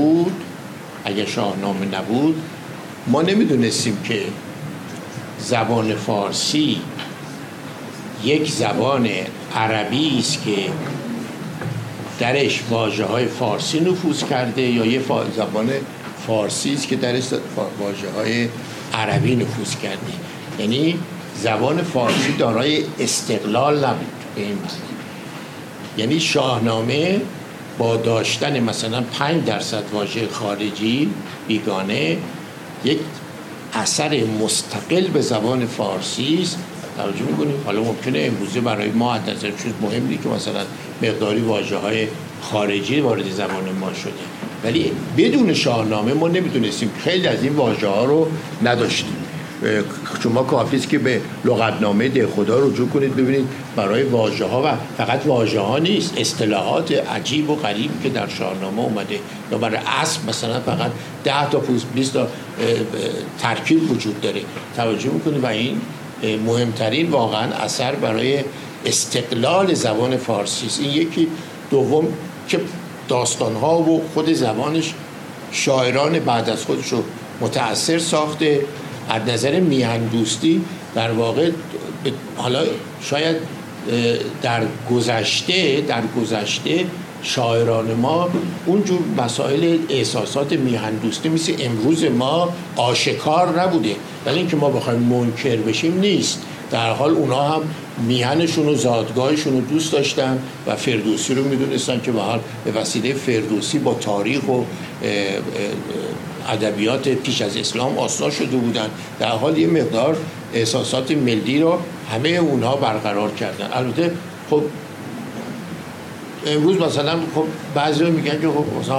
نبود ما نمیدونستیم که زبان فارسی یک زبان عربی است که درش واژه‌های فارسی نفوذ کرده یا یه زبان فارسی است که درش واژه‌های عربی نفوذ کرده. یعنی زبان فارسی دارای استقلال نبود به این معنی. یعنی شاهنامه با داشتن مثلا 5% واژه خارجی بیگانه یک اثر مستقل به زبان فارسی است. توجه می‌کنید؟ حالا ممکنه امروزه برای ما از نظر چیز مهمی که مثلا مقداری واژه‌های خارجی وارد زبان ما شده، ولی بدون شاهنامه ما نمی‌دونستیم، خیلی از این واژه‌ها رو نداشتیم. شما کافی است که به لغتنامه دهخدا رجوع کنید ببینید برای واژه‌ها، و فقط واژه‌ها نیست، اصطلاحات عجیب و غریب که در شاهنامه اومده، یا برای اسب مثلا فقط 10 تا 20 تا ترکیب وجود داره. توجه می‌کنید؟ و این مهمترین واقعا اثر برای استقلال زبان فارسی است. این یکی. دوم که داستان‌ها و خود زبانش شاعران بعد از خودش رو متأثر ساخته. از نظر میهن دوستی در واقع حالا شاید در گذشته شاعران ما اونجور مسائل احساسات میهن دوستی مثل امروز ما آشکار نبوده، ولی اینکه ما بخوایم منکر بشیم نیست. در حال اونا هم میهنشون و زادگاهشون رو دوست داشتن و فردوسی رو میدونستن که به وسیله فردوسی با تاریخ و ادبیات پیش از اسلام آشنا شده بودن. در حال یه مقدار احساسات ملی رو همه اونها برقرار کردن. البته خب امروز مثلا خب بعضی‌ها میگن که خب مثلا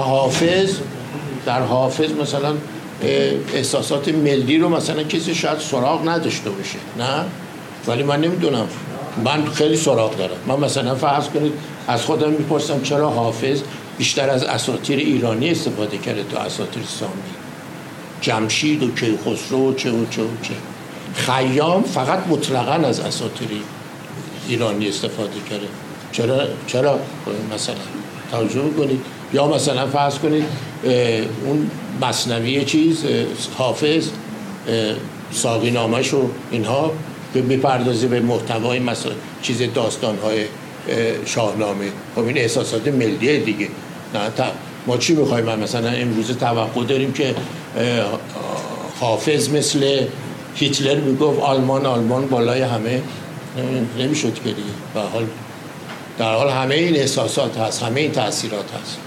حافظ مثلا احساسات ملی رو مثلا کسی شاید سراغ نداشته باشه، نه؟ ولی من نمیدونم، من خیلی سراغ دارم. من مثلا فرض کنید از خودم میپرسم چرا حافظ بیشتر از اساطیر ایرانی استفاده کرده تا اساطیر سامی؟ جمشید و کیخسرو و چه. خیام فقط مطلقاً از اساطیر ایرانی استفاده کرده. چرا مثلا توجه میکنید؟ یا مثلا فرض کنید اون مثنوی حافظ ساقی نامش و اینها بپردازه به محتوای مثلا چیز داستان‌های شاهنامه. خب این احساسات ملیه دیگه. نه ما چی می‌خوایم؟ مثلا امروز توقع داریم که حافظ مثل هیتلر میگفت آلمان بالای همه؟ نمیشد که دیگه. در حال همه این احساسات هست، همه این تأثیرات هست.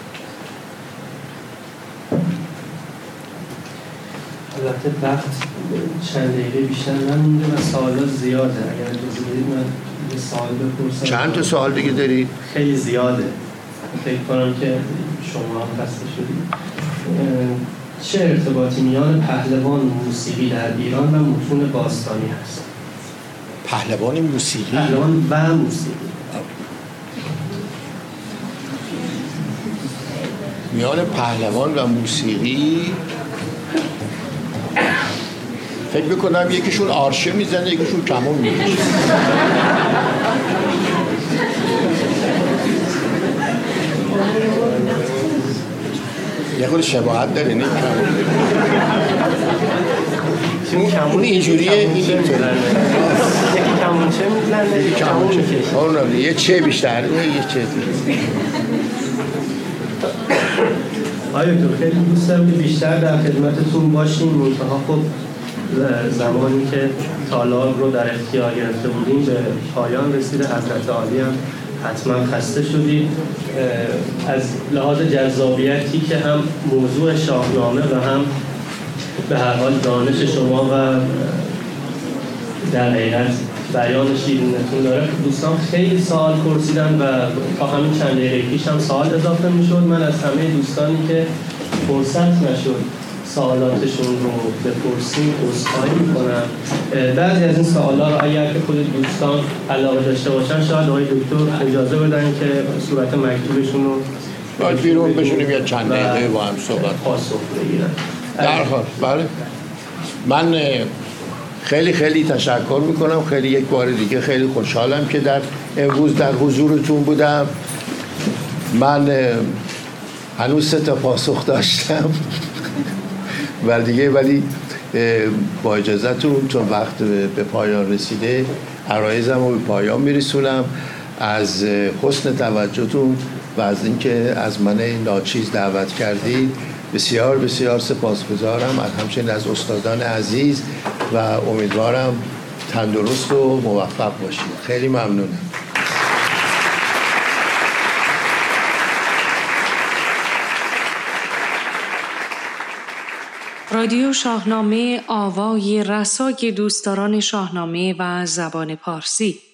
البته وقت چند دقیقه بیشتر نمونده و سوالات زیاده. اگر اجازه بدید من یه سوال بپرسم. چند تا سوال دیگه داری؟ خیلی زیاده. فکر کنم که شما هم خسته شدید. چه ارتباطی میان پهلوان و موسیقی در ایران و متون باستانی هست؟ پهلوان و موسیقی میان پهلوان و موسیقی فکر میکنم یکیشون آرشه میزنه یکیشون کمون میکشه. یه خود شباهت داره نه کمون اینجوریه، اینطوریه. یکی کمونچه میزنه یکی کمون میکشه. یه چه بیشتر یه چه. آیا تو خیلی دوست دارم که بیشتر در خدمتتون باشیم، منتها خب زمانی که تالار رو در اختیار گرفته بودیم به پایان رسیده. حضرت عالی هم حتما خسته شدید. از لحاظ جذابیتی که هم موضوع شاهنامه و هم به هر حال دانش شما و در حقیقت بیان شیرینتون داره، دوستان خیلی سوال پرسیدن و تا همین چند دقیقه پیش هم سوال اضافه میشد. من از همه دوستانی که فرصت نشد سوالاتشون رو بپرسیم عذرخواهی میکنم. بعضی از این سوالا رو اگر که خود دوستان علاقه داشته باشن شاید آقای دکتر اجازه بدن که صورت مکتوبشون رو باید بیرون بشونیم یا چند دقیقه با هم صحبت پاسخ بگیرن. در حال بله، من خیلی خیلی تشکر میکنم. خیلی یک بار دیگه خیلی خوشحالم که امروز در حضورتون بودم. من هنوز 3 تا پاسخ داشتم ولی با اجازهتون چون وقت به پایان رسیده عرایزم رو به پایان میرسونم. از حسن توجهتون و از اینکه از من ناچیز دعوت کردید بسیار بسیار سپاسگزارم. همچنین از استادان عزیز و امیدوارم تندرست و موفق باشید. خیلی ممنونم. رادیو شاهنامه، آوای رسای دوستداران شاهنامه و زبان پارسی.